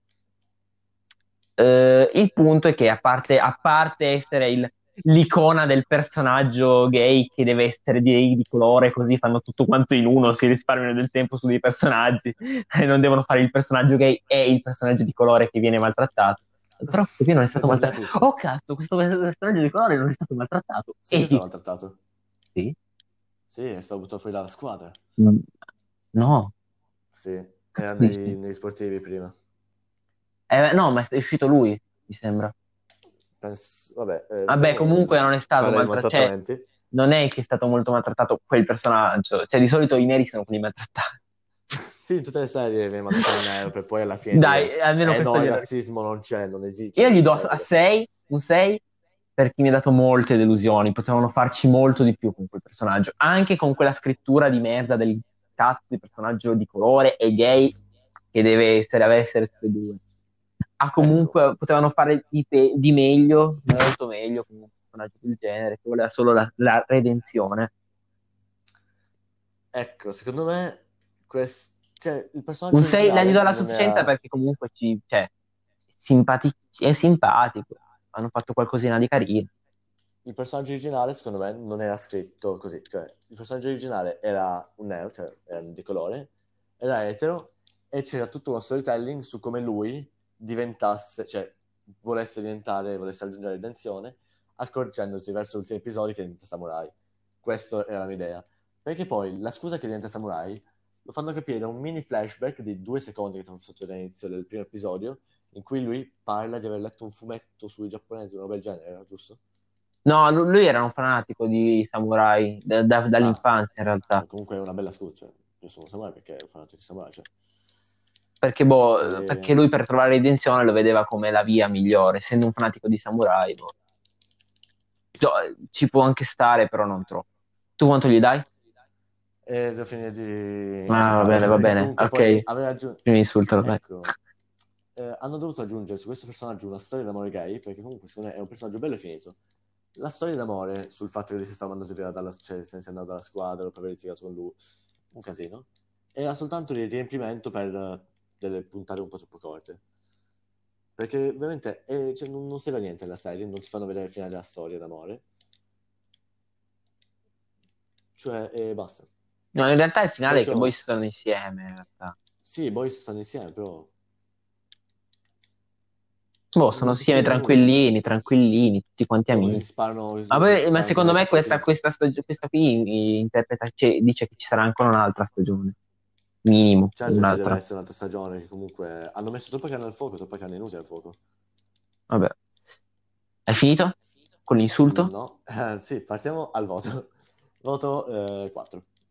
Il punto è che a parte essere l'icona del personaggio gay che deve essere di colore, così fanno tutto quanto in uno, si risparmiano del tempo su dei personaggi e non devono fare il personaggio gay e il personaggio di colore che viene maltrattato. Però questo qui non è stato Peggiori da maltrattato. tutti. Oh cazzo, questo personaggio di colore non è stato maltrattato. Sì che è stato E maltrattato. sì? Sì, è stato buttato fuori dalla squadra. Mm, no, Sì, era cazzo dici? negli sportivi prima. No, ma è uscito lui, mi sembra. Vabbè, Vabbè, entriamo comunque non è stato parlare di maltrattato, cioè, maltrattamenti. non è che è stato molto maltrattato quel personaggio, cioè di solito i neri sono quelli maltrattati. Sì, in tutte le serie viene maltrattato un nero per poi alla fine dire Dai, almeno questo no, il glielo. razzismo non c'è, non esiste, Io cioè gli non do esistono a quelle... 6, un 6, perché mi ha dato molte delusioni, potevano farci molto di più con quel personaggio, anche con quella scrittura di merda del cazzo di personaggio di colore e gay che deve essere tutte e due. Ecco, Comunque potevano fare di meglio, molto meglio con un personaggio del genere, che voleva solo la redenzione. ecco, secondo me cioè, il Un personaggio 6 la gli originale do la non sufficienza era... perché comunque cioè, è simpatico, hanno fatto qualcosina di carino. Il personaggio originale, secondo me, non era scritto così. Cioè, il personaggio originale era un nero, cioè era di colore, era etero, e c'era tutto uno storytelling su come lui diventasse, cioè, volesse raggiungere la redenzione, accorgendosi verso gli ultimi episodi che diventa samurai. Questa era la mia idea. Perché poi la scusa che diventa samurai lo fanno capire da un mini flashback di 2 secondi che ti hanno fatto all'inizio del primo episodio, in cui lui parla di aver letto un fumetto sui giapponesi, una roba del genere, era giusto? No, lui era un fanatico di samurai Ah, dall'infanzia in realtà, comunque è una bella scusa. Cioè, io sono samurai perché ho fatto il samurai. Cioè. perché, perché E... lui per trovare redenzione lo vedeva come la via migliore, essendo un fanatico di samurai, boh. Ci può anche stare, però non troppo. Tu quanto gli dai? e devo finire di Ah, insultarlo, va perché bene, comunque poi ok, aveva aggiunto... mi insultalo, dai. Ecco, hanno dovuto aggiungere su questo personaggio una storia d'amore gay, perché comunque secondo me è un personaggio bello e finito. La storia d'amore sul fatto che lui si stava mandato via cioè se ne sia andato dalla squadra dopo aver litigato con lui, un casino, era soltanto di riempimento per delle puntate un po' troppo corte. Perché ovviamente cioè, non serve a niente nella serie, non ti fanno vedere il finale della storia d'amore. Cioè, e basta. No, in realtà il finale è che poi Perciò, stanno insieme, in realtà. sì, i boys stanno insieme, però Boh, sono non ti insieme spiega nulla, cioè. tranquillini, tranquillini, tutti quanti Loro amici. si Ma sparano con secondo le me pistole questa qui dice che ci sarà ancora un'altra stagione. Minimo, Certo ci deve un'altra. essere un'altra stagione, che comunque hanno messo troppa carne al fuoco, troppa carne inutile al fuoco. Vabbè. Hai finito? Con l'insulto? No, sì, partiamo al voto. Voto 4.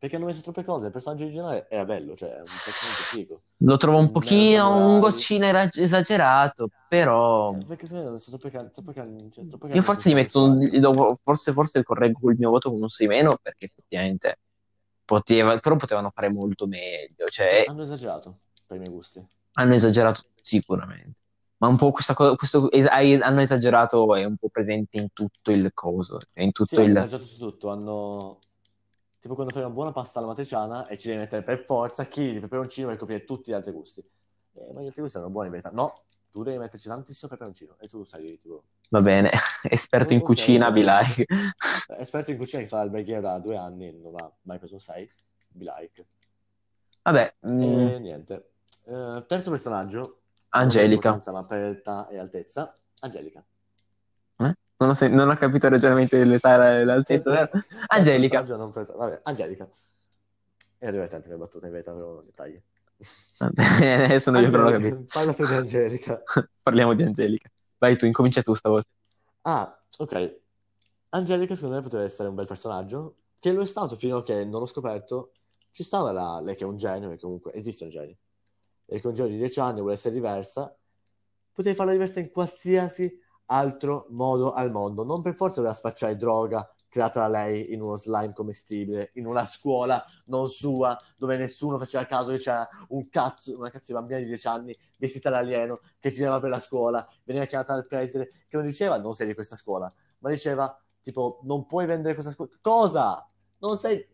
Perché hanno messo troppe cose. Il personaggio originale era bello, cioè è un personaggio figo. Lo trovo un Meno pochino, un samurai. goccino esagerato, però Perché secondo me sono troppe io carne sul forse suo personaggio. forse correggo il mio voto con un 6 meno, perché effettivamente però potevano fare molto meglio, Cioè, cioè hanno esagerato per i miei gusti. hanno esagerato sicuramente. Ma un po' questa cosa, hanno esagerato è un po' presente in tutto il coso, cioè in Sì, tutto hanno il... esagerato su tutto. Hanno. Tipo quando fai una buona pasta alla matriciana e ci devi mettere per forza chili di peperoncino per coprire tutti gli altri gusti. Ma gli altri gusti erano buoni in verità. No, tu devi metterci tantissimo peperoncino e tu sai, tipo. Va bene, esperto in Ok, cucina, be like. esperto in cucina che fa l'alberghiere da 2 anni e non ha mai preso un 6. Be like. Vabbè, E niente. Terzo personaggio, non per Angelica. importanza ma per età e altezza, Angelica. Non ho capito il ragionamento dell'età e l'altezza, vero? Terzo Angelica. personaggio non per età. Vabbè, Angelica. Era divertente le battute in verità, avevano dettagli. Va bene, adesso io che non l'ho capito. Angelica, parla tu di Angelica. Parliamo di Angelica. Vai tu, incomincia tu stavolta. Ah, ok. Angelica secondo me poteva essere un bel personaggio, che lo è stato fino a che non l'ho scoperto. Ci stava lei che è un genio, e comunque esiste un genio. E con un genio di 10 anni vuole essere diversa. Potevi farla diversa in qualsiasi altro modo al mondo. Non per forza doveva spacciare droga creata da lei in uno slime commestibile, in una scuola non sua, dove nessuno faceva caso che c'era una cazzo di bambina di 10 anni vestita da alieno che girava per la scuola, veniva chiamata dal preside, che non diceva non sei di questa scuola, ma diceva tipo non puoi vendere questa scuola. Cosa? Non sei.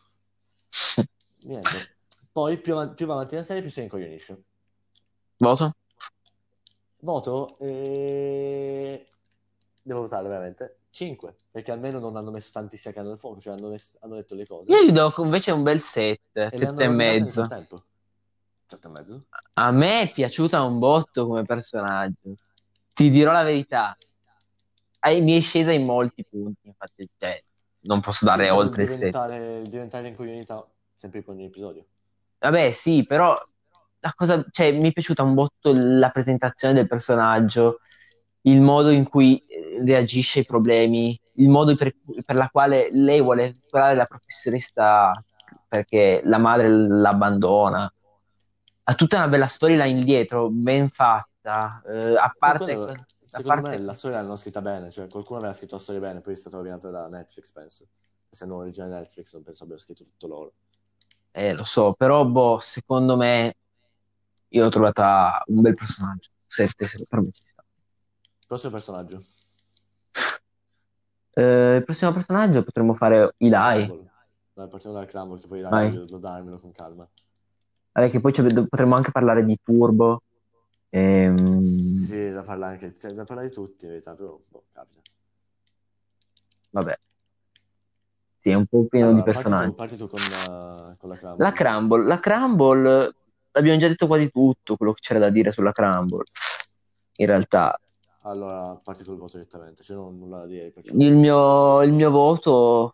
Niente. Poi più va avanti la serie più si incoglionisce. Voto? Voto devo votare veramente 5, perché almeno non hanno messo tantissime canne al fuoco, cioè hanno detto le Io cose gli do invece un bel 7, e le 7 hanno e rovinate nel mezzo. frattempo. 7 e mezzo. A me è piaciuta un botto come personaggio. Ti dirò la verità. Mi è scesa in molti punti, infatti, cioè, non posso Sì, dare già oltre il 7. diventare incoglionita sempre più ogni episodio. Vabbè, sì, però la cosa, cioè, mi è piaciuta un botto la presentazione del personaggio, il modo in cui reagisce ai problemi, il modo per la quale lei vuole curare la professoressa perché la madre l'abbandona. Ha tutta una bella storyline dietro, ben fatta, Per quello, a secondo me, parte la storia l'hanno scritta bene, cioè qualcuno aveva scritto la storia bene, poi è stata rovinata da Netflix, penso. Essendo originale Netflix, non penso abbiano scritto tutto loro. lo so, però boh, secondo me io l'ho trovata un bel personaggio. 7, per me ci sta. Prossimo personaggio, Il prossimo personaggio potremmo fare Eli. Crumble. Dai, partiamo dal Crumble, che poi dai, Vai. voglio darmelo con calma. Vabbè, che poi potremmo anche parlare di Turbo. Ehm, Sì, da parlare anche, cioè, da parlare di tutti, in verità, però, boh, capita. vabbè, sì, è un po' pieno di Allora, personaggi. parti tu con la Crumble. La Crumble, l'abbiamo già detto quasi tutto quello che c'era da dire sulla Crumble. In realtà, Allora, parti col voto direttamente, cioè non ho nulla da dire perché l'ho visto già. il mio voto,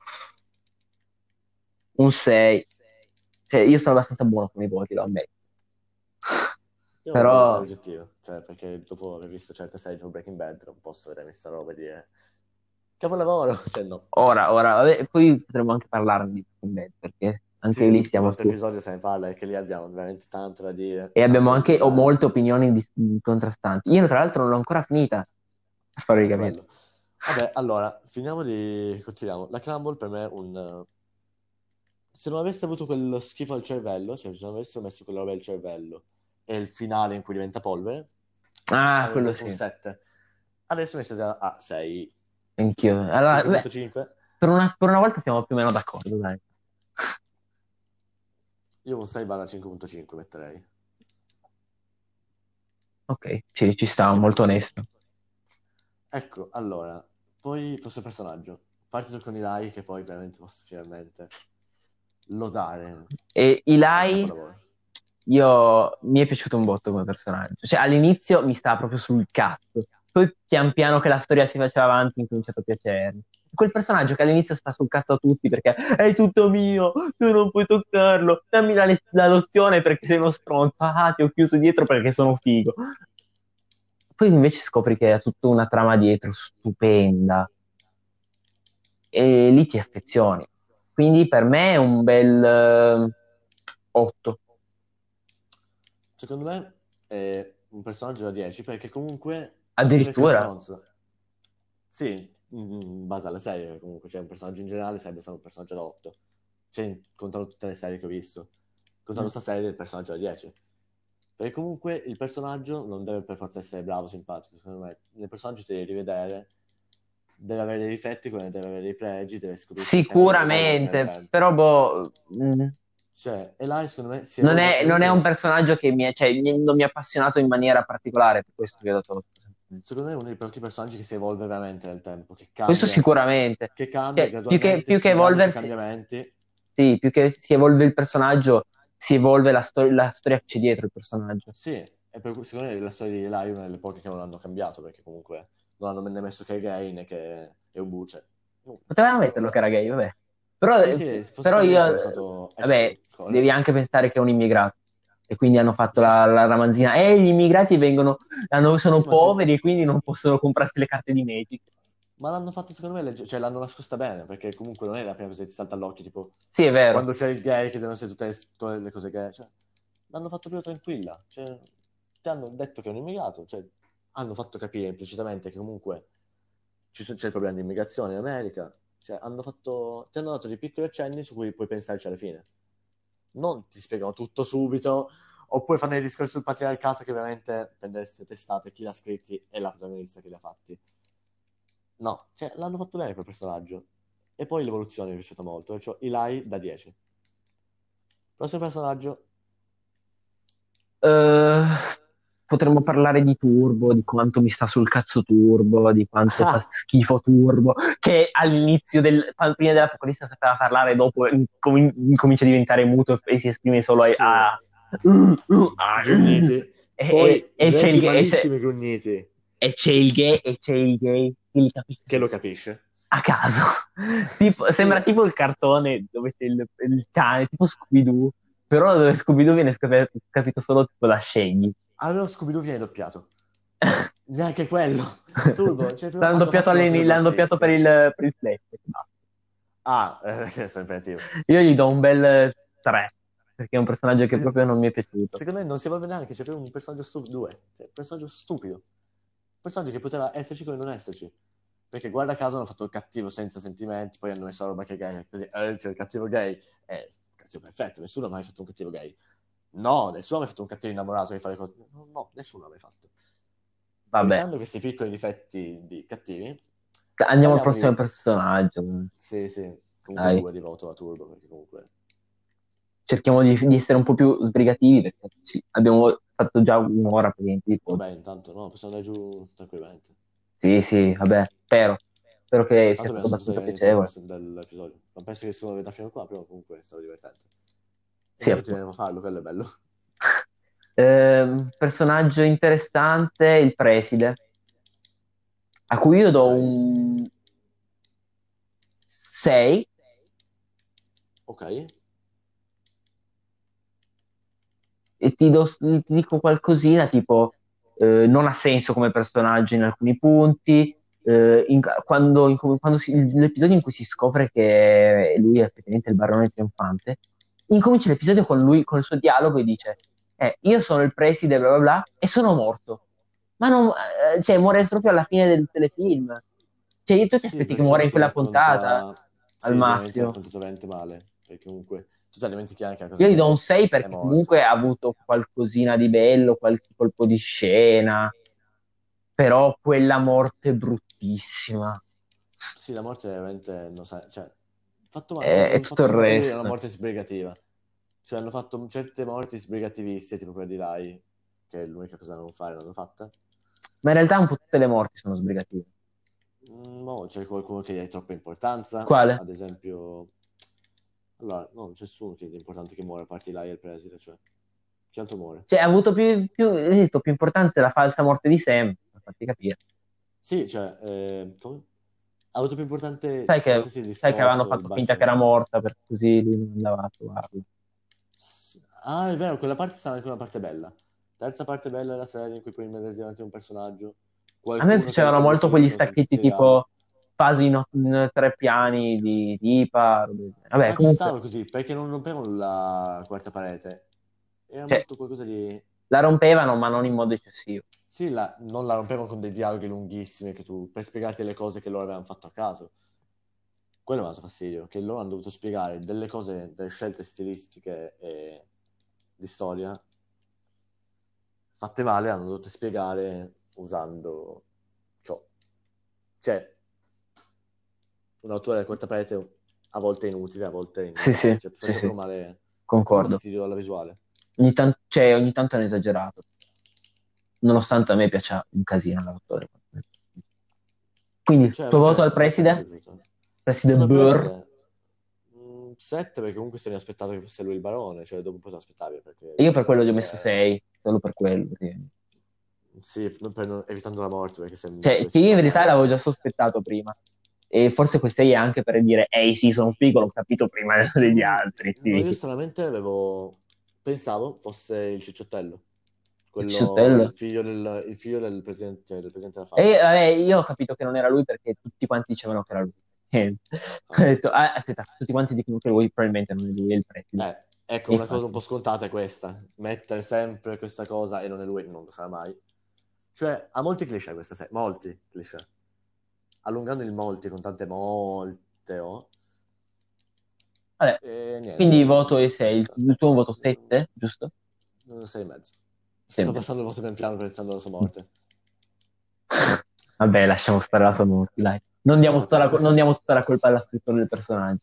un 6. Cioè, io sono abbastanza buono con i voti, lo ammetto. Io voglio essere Però oggettivo, cioè perché dopo aver visto certe serie tipo Breaking Bad non posso vedere questa roba e dire capolavoro, cioè no. ora, vabbè, poi potremmo anche parlarne di Breaking Bad, perché anche lì Sì, un stiamo altro su. episodio se ne parla perché lì abbiamo veramente tanto da dire, E abbiamo tanto da anche giudicare. molte opinioni contrastanti. Io, tra l'altro, non l'ho ancora finita, per farvi Molto capire. bello. Vabbè, allora, continuiamo. La Crumble per me è un. Se non avesse avuto quello schifo al cervello, cioè se non avesse messo quella roba al cervello e il finale in cui diventa polvere, Ah, avrei quello dato un sì, 7. Adesso mi siete a 6, anch'io. Allora, beh, 5,5. per una volta siamo più o meno d'accordo, dai. Io un 6/5,5 metterei. Ok, ci sta, Sì, molto onesto. ecco, allora, poi il prossimo personaggio. Parti tu con Eli che poi veramente posso finalmente lodare. E È un Eli, capolavoro. mi è piaciuto un botto come personaggio. Cioè, all'inizio mi stava proprio sul cazzo. Poi, pian piano che la storia si faceva avanti, mi è cominciato a piacere. Quel personaggio che all'inizio sta sul cazzo a tutti perché è tutto mio, tu non puoi toccarlo, dammi la lozione perché sei uno stronzo, ah, ti ho chiuso dietro perché sono figo. Poi invece scopri che ha tutta una trama dietro stupenda e lì ti affezioni. Quindi per me è un bel 8. Secondo me è un personaggio da 10 perché comunque in Game of Addirittura. Thrones, sì, in base alla serie comunque, cioè un personaggio in generale sarebbe stato un personaggio da 8. Cioè, contando tutte le serie che ho visto, contando Mm. sta serie il personaggio da 10. Perché comunque il personaggio non deve per forza essere bravo, simpatico, secondo me. Nel personaggio ti devi rivedere, deve avere dei difetti, come deve avere dei pregi, deve scoprirsi nel tempo, deve evolversi nel Sicuramente, tempo. però boh, Cioè, Eli secondo me si non evolve è, non è un comunque. personaggio che cioè, non mi ha appassionato in maniera particolare, per questo che ho dato 8. Secondo me è uno dei pochi personaggi che si evolve veramente nel tempo, Questo sicuramente. che cambia Cioè, più che, gradualmente, più che studiando sui evolversi, cambiamenti. sì, più che si evolve il personaggio, si evolve la storia che c'è dietro il personaggio. Sì, e secondo me la storia di Eli è una delle poche che non hanno cambiato, perché comunque non hanno né messo che è gay né che è un buce. Potevamo metterlo che era gay, vabbè. Però, Sì, sì, se fosse però stato io, gay sarebbe stato vabbè, esce fuori. devi anche pensare che è un immigrato. E quindi hanno fatto la ramanzina. Gli immigrati sono Sì, poveri e quindi non possono comprarsi le carte di Magic. ma l'hanno fatto secondo me, cioè l'hanno nascosta bene, perché comunque non è la prima cosa che ti salta all'occhio, tipo Sì, è vero. quando c'è il gay che devono essere tutte le cose gay, cioè l'hanno fatto più tranquilla, cioè ti hanno detto che è un immigrato, cioè hanno fatto capire implicitamente che comunque c'è il problema di immigrazione in America, cioè ti hanno dato dei piccoli accenni su cui puoi pensarci alla fine. Non ti spiegano tutto subito, oppure fanno i discorsi sul patriarcato che veramente prendereste testate chi l'ha scritti e la protagonista che li ha fatti. No, cioè l'hanno fatto bene quel personaggio. E poi l'evoluzione mi è piaciuta molto, cioè Eli da 10. Prossimo personaggio, Eh, potremmo parlare di Turbo, di quanto mi sta sul cazzo Turbo, di quanto fa ah, schifo Turbo, che all'inizio prima dell'Apocalisse sapeva parlare, dopo incomincia a diventare muto e si esprime solo sì, grugniti. Poi e c'è il resi gay, malissimi grugniti, e c'è il gay che li capisce che lo solo capisce. a caso. Sì, Sembra tipo il cartone dove c'è il cane, tipo Scooby-Doo, però dove Scooby-Doo viene capito solo tipo da Shaggy. allora Scooby-Doo viene doppiato. Neanche quello. Turbo, cioè L'hanno hanno doppiato, fatto una cosa l'hanno doppiato bruttissima. per il flash. Ah, che è sempre impegnativo. Io gli do un bel 3, perché è un personaggio che Se- proprio non mi è piaciuto. Secondo me non si evolve neanche, c'è proprio un personaggio stupido, due, cioè un personaggio stupido. Un personaggio che poteva esserci come non esserci. Perché guarda caso hanno fatto il cattivo senza sentimenti, poi hanno messo la roba che è gay, così, c'è il cattivo gay, è il cattivo perfetto, nessuno ha mai fatto un cattivo gay. No, nessuno ha mai fatto un cattivo innamorato che fa le cose. No, no, nessuno l'ha mai fatto. Vabbè, Evitando questi piccoli difetti di cattivi, andiamo al parliamo prossimo di. personaggio. Sì, sì, comunque Dai, 2 di voto a Turbo, perché comunque. cerchiamo di essere un po' più sbrigativi, perché abbiamo fatto già un'ora praticamente di Vabbè, podcast. intanto no, possiamo andare giù tranquillamente. Sì, sì, vabbè, spero che sia Tanto stato abbiamo sempre abbastanza iniziato piacevole. questo dell'episodio. Non penso che si veda fino a qua, però comunque è stato divertente. E Sì, noi appunto. continueremo a farlo, quello è bello. Personaggio interessante, il preside, a cui io Ok, do un 6 ok. e ti dico qualcosina, tipo non ha senso come personaggio in alcuni punti, l'episodio in cui si scopre che lui è effettivamente il barone trionfante, incomincia l'episodio con lui, con il suo dialogo e dice, io sono il preside, bla bla bla, e sono morto. Ma non, cioè, muore proprio alla fine del telefilm. Cioè, tu ti Sì, aspetti che perché muore in comunque quella puntata, racconta. al Sì, veramente massimo. raccontato veramente male. Perché comunque tu ti dimentichi anche la cosa Io gli do un che 6 è perché comunque morto. ha avuto qualcosina di bello, qualche colpo di scena, però quella morte bruttissima. Sì, la morte è veramente. Non sa, cioè, fatto male, cioè, È hanno tutto fatto il come per lui una resto. morte sbrigativa. Cioè, hanno fatto certe morti sbrigativiste, tipo quella di Rai, che è l'unica cosa da non fare, l'hanno fatta. Ma in realtà un po' tutte le morti sono sbrigative. No, c'è qualcuno che gli ha troppa importanza, Quale? ad esempio. Allora, no, non c'è nessuno che è importante che muore, a parte Rai e il preside, cioè. Chi altro muore? Cioè, ha avuto più importanza la falsa morte di Sam, per farti capire. Sì, cioè, come? Ha avuto più Sai importante che, qualsiasi sai che avevano discorso, il fatto finta che era bacio. morta, per così lui non andava a trovarlo. Ah, è vero, quella parte sta anche una parte bella. Terza parte bella della serie in cui puoi immedesimare un personaggio. A me Qualcuno che ha piacevano molto ricevuto quegli che non sono stacchetti tutti reali. tipo fasi in 3 piani di IPA. Vabbè, Ma ci comunque, stava così, perché non rompevano la quarta parete. Era cioè, molto qualcosa di... la rompevano, ma non in modo eccessivo. Sì, non la rompevano con dei dialoghi lunghissimi che tu, per spiegarti le cose che loro avevano fatto a caso. Quello mi ha dato fastidio, che loro hanno dovuto spiegare delle cose, delle scelte stilistiche e di storia fatte male, hanno dovuto spiegare usando ciò. Cioè, un autore della quarta parete a volte è inutile, a volte è Sì, sì, inutile. Cioè, sì, faceva sì, proprio male, proprio concordo. fastidio alla visuale. Ogni tanto hanno esagerato, nonostante a me piaccia un casino l'autore. Quindi, Cioè, tuo voto al a me è preside? piaciuto. Preside Cosa Burr? preside? 7 perché comunque se ne aspettava che fosse lui il barone, cioè dopo un po' te l'aspettavi E perché io per quello gli ho messo comunque 6, solo per quello. Sì. sì, evitando la morte perché se Cioè, che dovessi io in verità parlare l'avevo già cioè, sospettato prima. E forse questa è anche per dire, ehi sì, sono figo, l'ho capito prima degli altri. no, Sì. io stranamente pensavo fosse il cicciottello, Il quello, Cicciottello. il figlio del presidente della E fabbrica. vabbè, io ho capito che non era lui perché tutti quanti dicevano che era lui. E ho Ok. detto, aspetta, tutti quanti dicono che lui probabilmente non è lui, è il preside. Ecco, E una cosa un po' infatti, scontata è questa, mettere sempre questa cosa e non è lui, non lo sarà mai. Cioè, ha molti cliché questa serie, molti cliché. Allungando il molti con tante molte o... vabbè, E niente, quindi voto e 6, il tuo voto 7, giusto? 6,5. 6 e Sto mezzo. passando il vostro pian piano pensando alla sua morte. Vabbè, lasciamo stare la sua morte, dai. Esatto. Non diamo tutta la colpa alla scrittura del personaggio.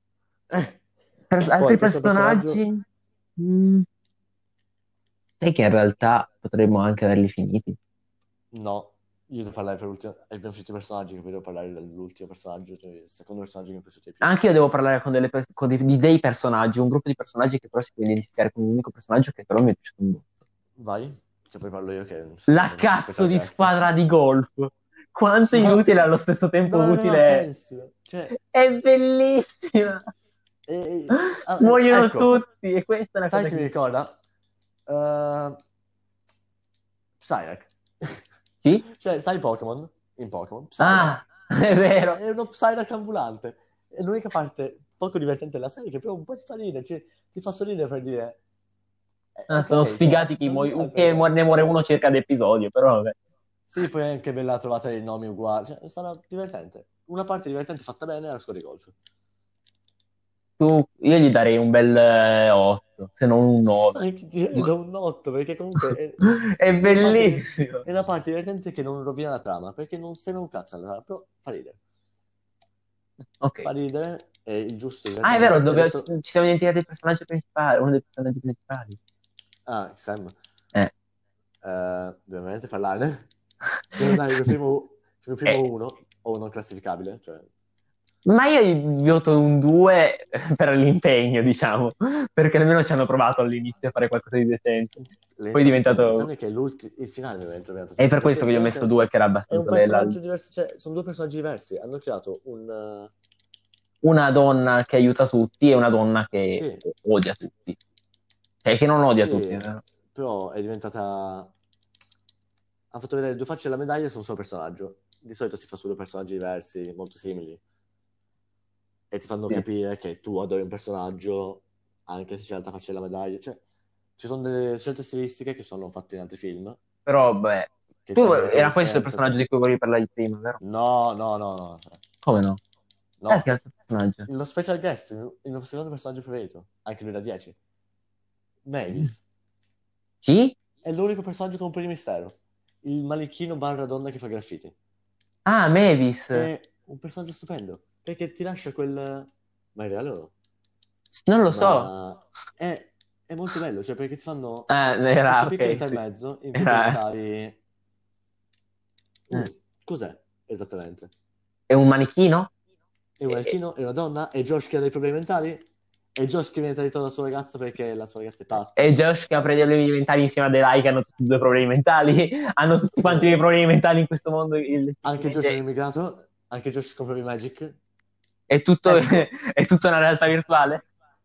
Poi Altri il prossimo personaggio... personaggi? Mm, sai che in realtà potremmo anche averli finiti. No, io devo parlare per l'ultimo... Abbiamo finito i personaggi, che poi devo parlare dell'ultimo personaggio, cioè il secondo personaggio che mi è piaciuto di più. Anche io devo parlare con, di dei personaggi, un gruppo di personaggi che però si può identificare con un unico personaggio che però mi è piaciuto molto. Vai, che poi parlo io che La sono il nostro cazzo special di guest. squadra di golf! Quanto No, inutile e allo stesso tempo non aveva utile è. senso. Cioè, È bellissima! Muoiono ecco, tutti e questa è una sai cosa che mi che... ricorda? Uh, Psylocke. Sì? Cioè, sai Pokémon? In Pokémon, Psylocke Ah, è vero. è uno Psylocke ambulante. È l'unica parte poco divertente della serie che però un po' ti fa ridere, cioè, ti fa sorridere per dire, Sono ok, cioè, sfigati non si sa che perché. ne muore uno circa d'episodio, però vabbè. Sì, poi è anche bella trovata i nomi uguali, cioè, sarà divertente. Una parte divertente fatta bene è la scuola di golf. Io gli darei un bel 8, se non un 9. Anche direi da un 8, perché comunque È è una parte, bellissimo. è una parte divertente che non rovina la trama, perché non serve un cazzo alla trama, però fa ridere. Ok. Fa ridere, è il giusto Ah, è vero, divertimento, ed è solo... ci siamo dimenticati il personaggio principale, uno dei personaggi principali. Ah, Sam, Eh. dobbiamo veramente parlarne? Devo dare il mio primo Eh, uno, o non classificabile, cioè... Ma io gli voto un 2 per l'impegno, diciamo, perché almeno ci hanno provato all'inizio a fare qualcosa di decente. Poi è L'inizio stupendo, diventato... tranne che il finale mi aveva trovato È tanto, per perché questo che gli ho messo veramente 2, che era è un abbastanza bella. personaggio diverso, cioè sono due personaggi diversi, hanno creato un... Una donna che aiuta tutti e una donna che sì, odia tutti. Cioè, che non odia tutti, sì, vero? però è diventata... Ha fatto vedere due facce della medaglia su un solo personaggio. Di solito si fa su due personaggi diversi, molto simili, e ti fanno Sì. capire che tu adori un personaggio anche se c'è l'altra faccia della medaglia. Cioè, ci sono delle scelte stilistiche che sono fatte in altri film, Però, beh, che ti tu fanno vedere che era questo il differenza personaggio tra... di cui volevi parlare prima, vero? No, no, no, no. Come no? Che No, altro personaggio? lo special guest, il mio secondo personaggio preferito, anche lui da 10. Mm. Mavis. Chi? È l'unico personaggio con un po' di mistero. Il manichino barra donna che fa graffiti. Ah, Mavis. È un personaggio stupendo, perché ti lascia quel... Ma in reale no. Non lo so. Ma è molto bello, cioè perché ti fanno Era, questo piccolo ok, sì. intermezzo in cui Era, pensavi... eh. Cos'è esattamente? È un manichino? È un manichino? È una donna? È Josh che ha dei problemi mentali? È Josh che viene tradito dalla sua ragazza perché la sua ragazza è E pazza? Josh che ha problemi mentali insieme a Delay che hanno tutti e due problemi mentali. Hanno tutti quanti dei problemi mentali in questo mondo. Anche Josh è un Effettivamente immigrato? Anche Josh con problemi Magic? è tutto, Ecco, è tutta una realtà virtuale.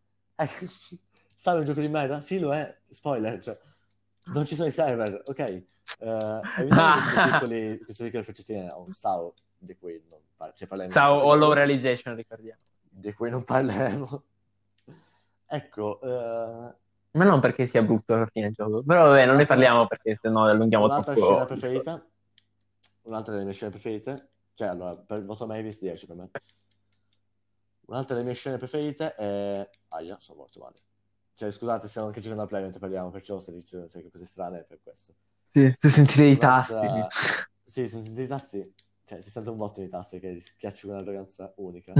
sai un gioco di merda? Sì, lo è, spoiler, cioè, non ci sono i server, ok? Evitiamo Ah, queste piccole frecciatine a un SAO di cui cioè parliamo di Ciao, Hollow videogioco, Realization, ricordiamo. di cui non parleremo. Ecco, Ma non perché sia brutto alla fine il gioco. Però vabbè, non ne un'altra, parliamo perché sennò allunghiamo un'altra scena troppo il discorso. preferita, un'altra delle mie scene preferite, cioè allora, per il voto Mavis 10 per me. Un'altra delle mie scene preferite è... Aia, sono morto male. Cioè, scusate, stiamo anche giocando a Play mentre parliamo, perciò se dice cose strane è per questo. Sì, se sentite i tasti. Un'altra... Sì, sono sentiti i tasti, cioè si sente un botto di tasti che schiaccio con un'arroganza unica.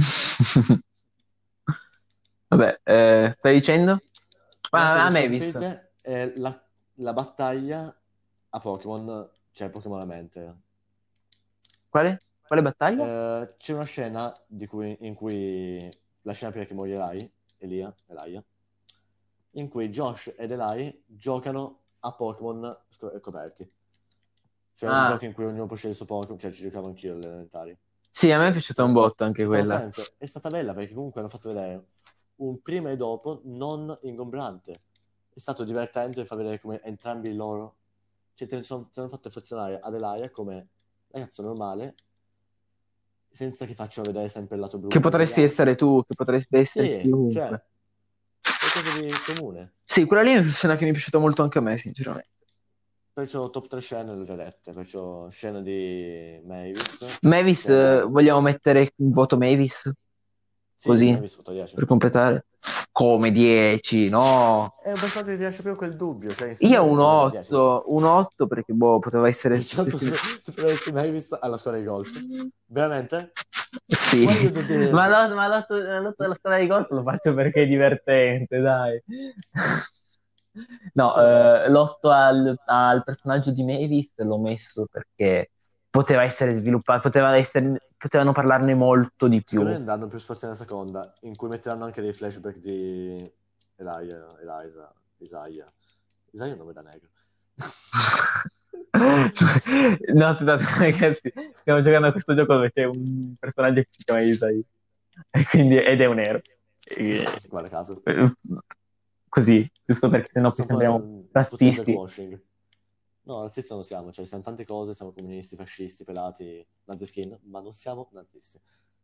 Vabbè, stai dicendo? Un'altra Ah, a delle scene Mavis. preferite è la battaglia a Pokémon, cioè Pokémon a mente. Quale? Quale battaglia? C'è una scena in cui la scena prima che muore Elia, in cui Josh ed Eli giocano a Pokémon coperti. Cioè un Ah, gioco in cui ognuno può scegliere il suo Pokémon, cioè ci giocavo anch'io alle elementari. sì, a me è È piaciuta un stato, botto è anche stato quella. sempre, è stata bella perché comunque hanno fatto vedere un prima e dopo non ingombrante. È stato divertente far vedere come entrambi loro, cioè te hanno fatto affezionare ad Elia come ragazzo normale, senza che facciano vedere sempre il lato Che brutto degli potresti altri. essere tu, che potresti essere Sì, chiunque. cioè, qualcosa di comune. Sì, quella lì è una scena che mi è piaciuta molto anche a me, sinceramente. Perciò top 3 scene le ho già dette, perciò scena di Mavis, Mavis, scena... vogliamo mettere un voto Mavis? Sì, Così, Mavis sotto 10. per completare. Come 10, no. È un personaggio che ti lascia proprio quel dubbio, cioè Io instantamente lo vedi a 10. un 8 perché boh, poteva essere... Perciò tu prenderesti Mavis alla scuola di golf. Veramente? Sì, Why you do ma, this? no, ma l'otto della scuola di golf lo faccio perché è divertente, dai. No, Cioè, l'otto al personaggio di Mavis l'ho messo perché poteva essere sviluppato, potevano parlarne molto di secondo più. me danno più spazio nella seconda, in cui metteranno anche dei flashback di Isaiah. Isaiah è un nome da negro. No, scusate, ragazzi, stiamo giocando a questo gioco dove c'è un personaggio che si chiama Isai, ed è un nero. E- Guarda caso. Così, giusto perché sennò Questo poi è sembriamo un po' di razzisti. backwashing. No, nazisti non siamo, cioè siamo tante cose, siamo comunisti, fascisti, pelati, nazi-skin, ma non siamo nazisti.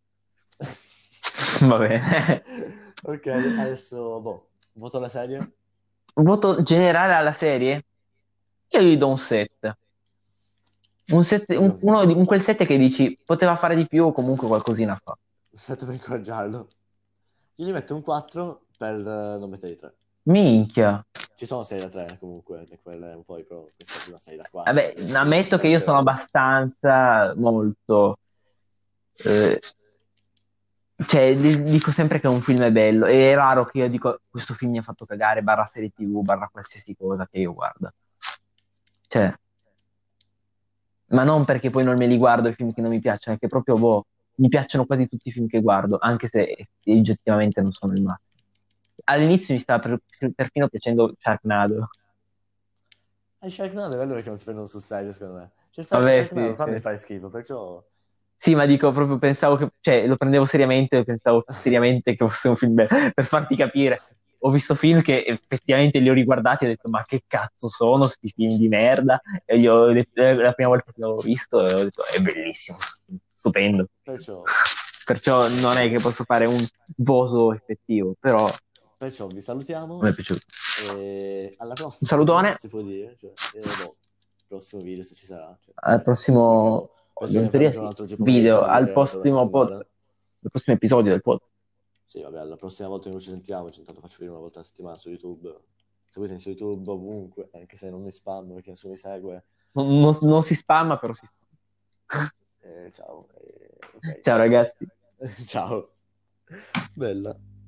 Va bene. Ok, adesso, boh, voto alla serie. Voto generale alla serie? Io gli do un 7. Un 7, Io un quel 7 che dici poteva fare di più o comunque qualcosina fa. 7 per incoraggiarlo. Io gli metto un 4 per non mettere 3. Minchia. Ci sono 6 da 3 comunque, e quelle un po' però questa è la prima 6 da 4, Vabbè, quindi ammetto che io sono ragionevole. abbastanza molto. eh, cioè, dico sempre che un film è bello. E è raro che io dico questo film mi ha fatto cagare, barra serie TV, barra qualsiasi cosa che io guardo. Cioè, ma non perché poi non me li guardo i film che non mi piacciono, è che proprio boh, mi piacciono quasi tutti i film che guardo, anche se oggettivamente non sono il massimo. All'inizio mi stava perfino piacendo Sharknado. Sharknado è bello perché non si prendono sul serio, secondo me. Cioè, Vabbè, Sharknado sì, sanno di sì. fare schifo, perciò... Sì, ma dico proprio, pensavo che, cioè, lo prendevo seriamente, pensavo seriamente che fosse un film bello, per farti capire. Ho visto film che effettivamente li ho riguardati e ho detto, ma che cazzo sono sti film di merda? E gli ho detto, la prima volta che l'ho visto ho detto, è bellissimo, stupendo. Perciò, Perciò non è che perciò, posso fare un voto effettivo, però perciò vi mi è salutiamo piaciuto. e alla Un prossima, salutone, si può dire. Cioè, boh, prossimo video se ci sarà. Cioè, al perché prossimo, penso in che faremo teoria già un sì, altro pomeriggio video, per dire per una settimana. al prossimo episodio del podcast. Sì, vabbè, la prossima volta che non ci sentiamo, intanto faccio vedere una volta a settimana su YouTube. Seguitemi su YouTube ovunque, anche se non mi spam perché nessuno mi segue. Non si spamma, però si spamma. Ciao, ok. Ciao ragazzi. Ciao. Bella.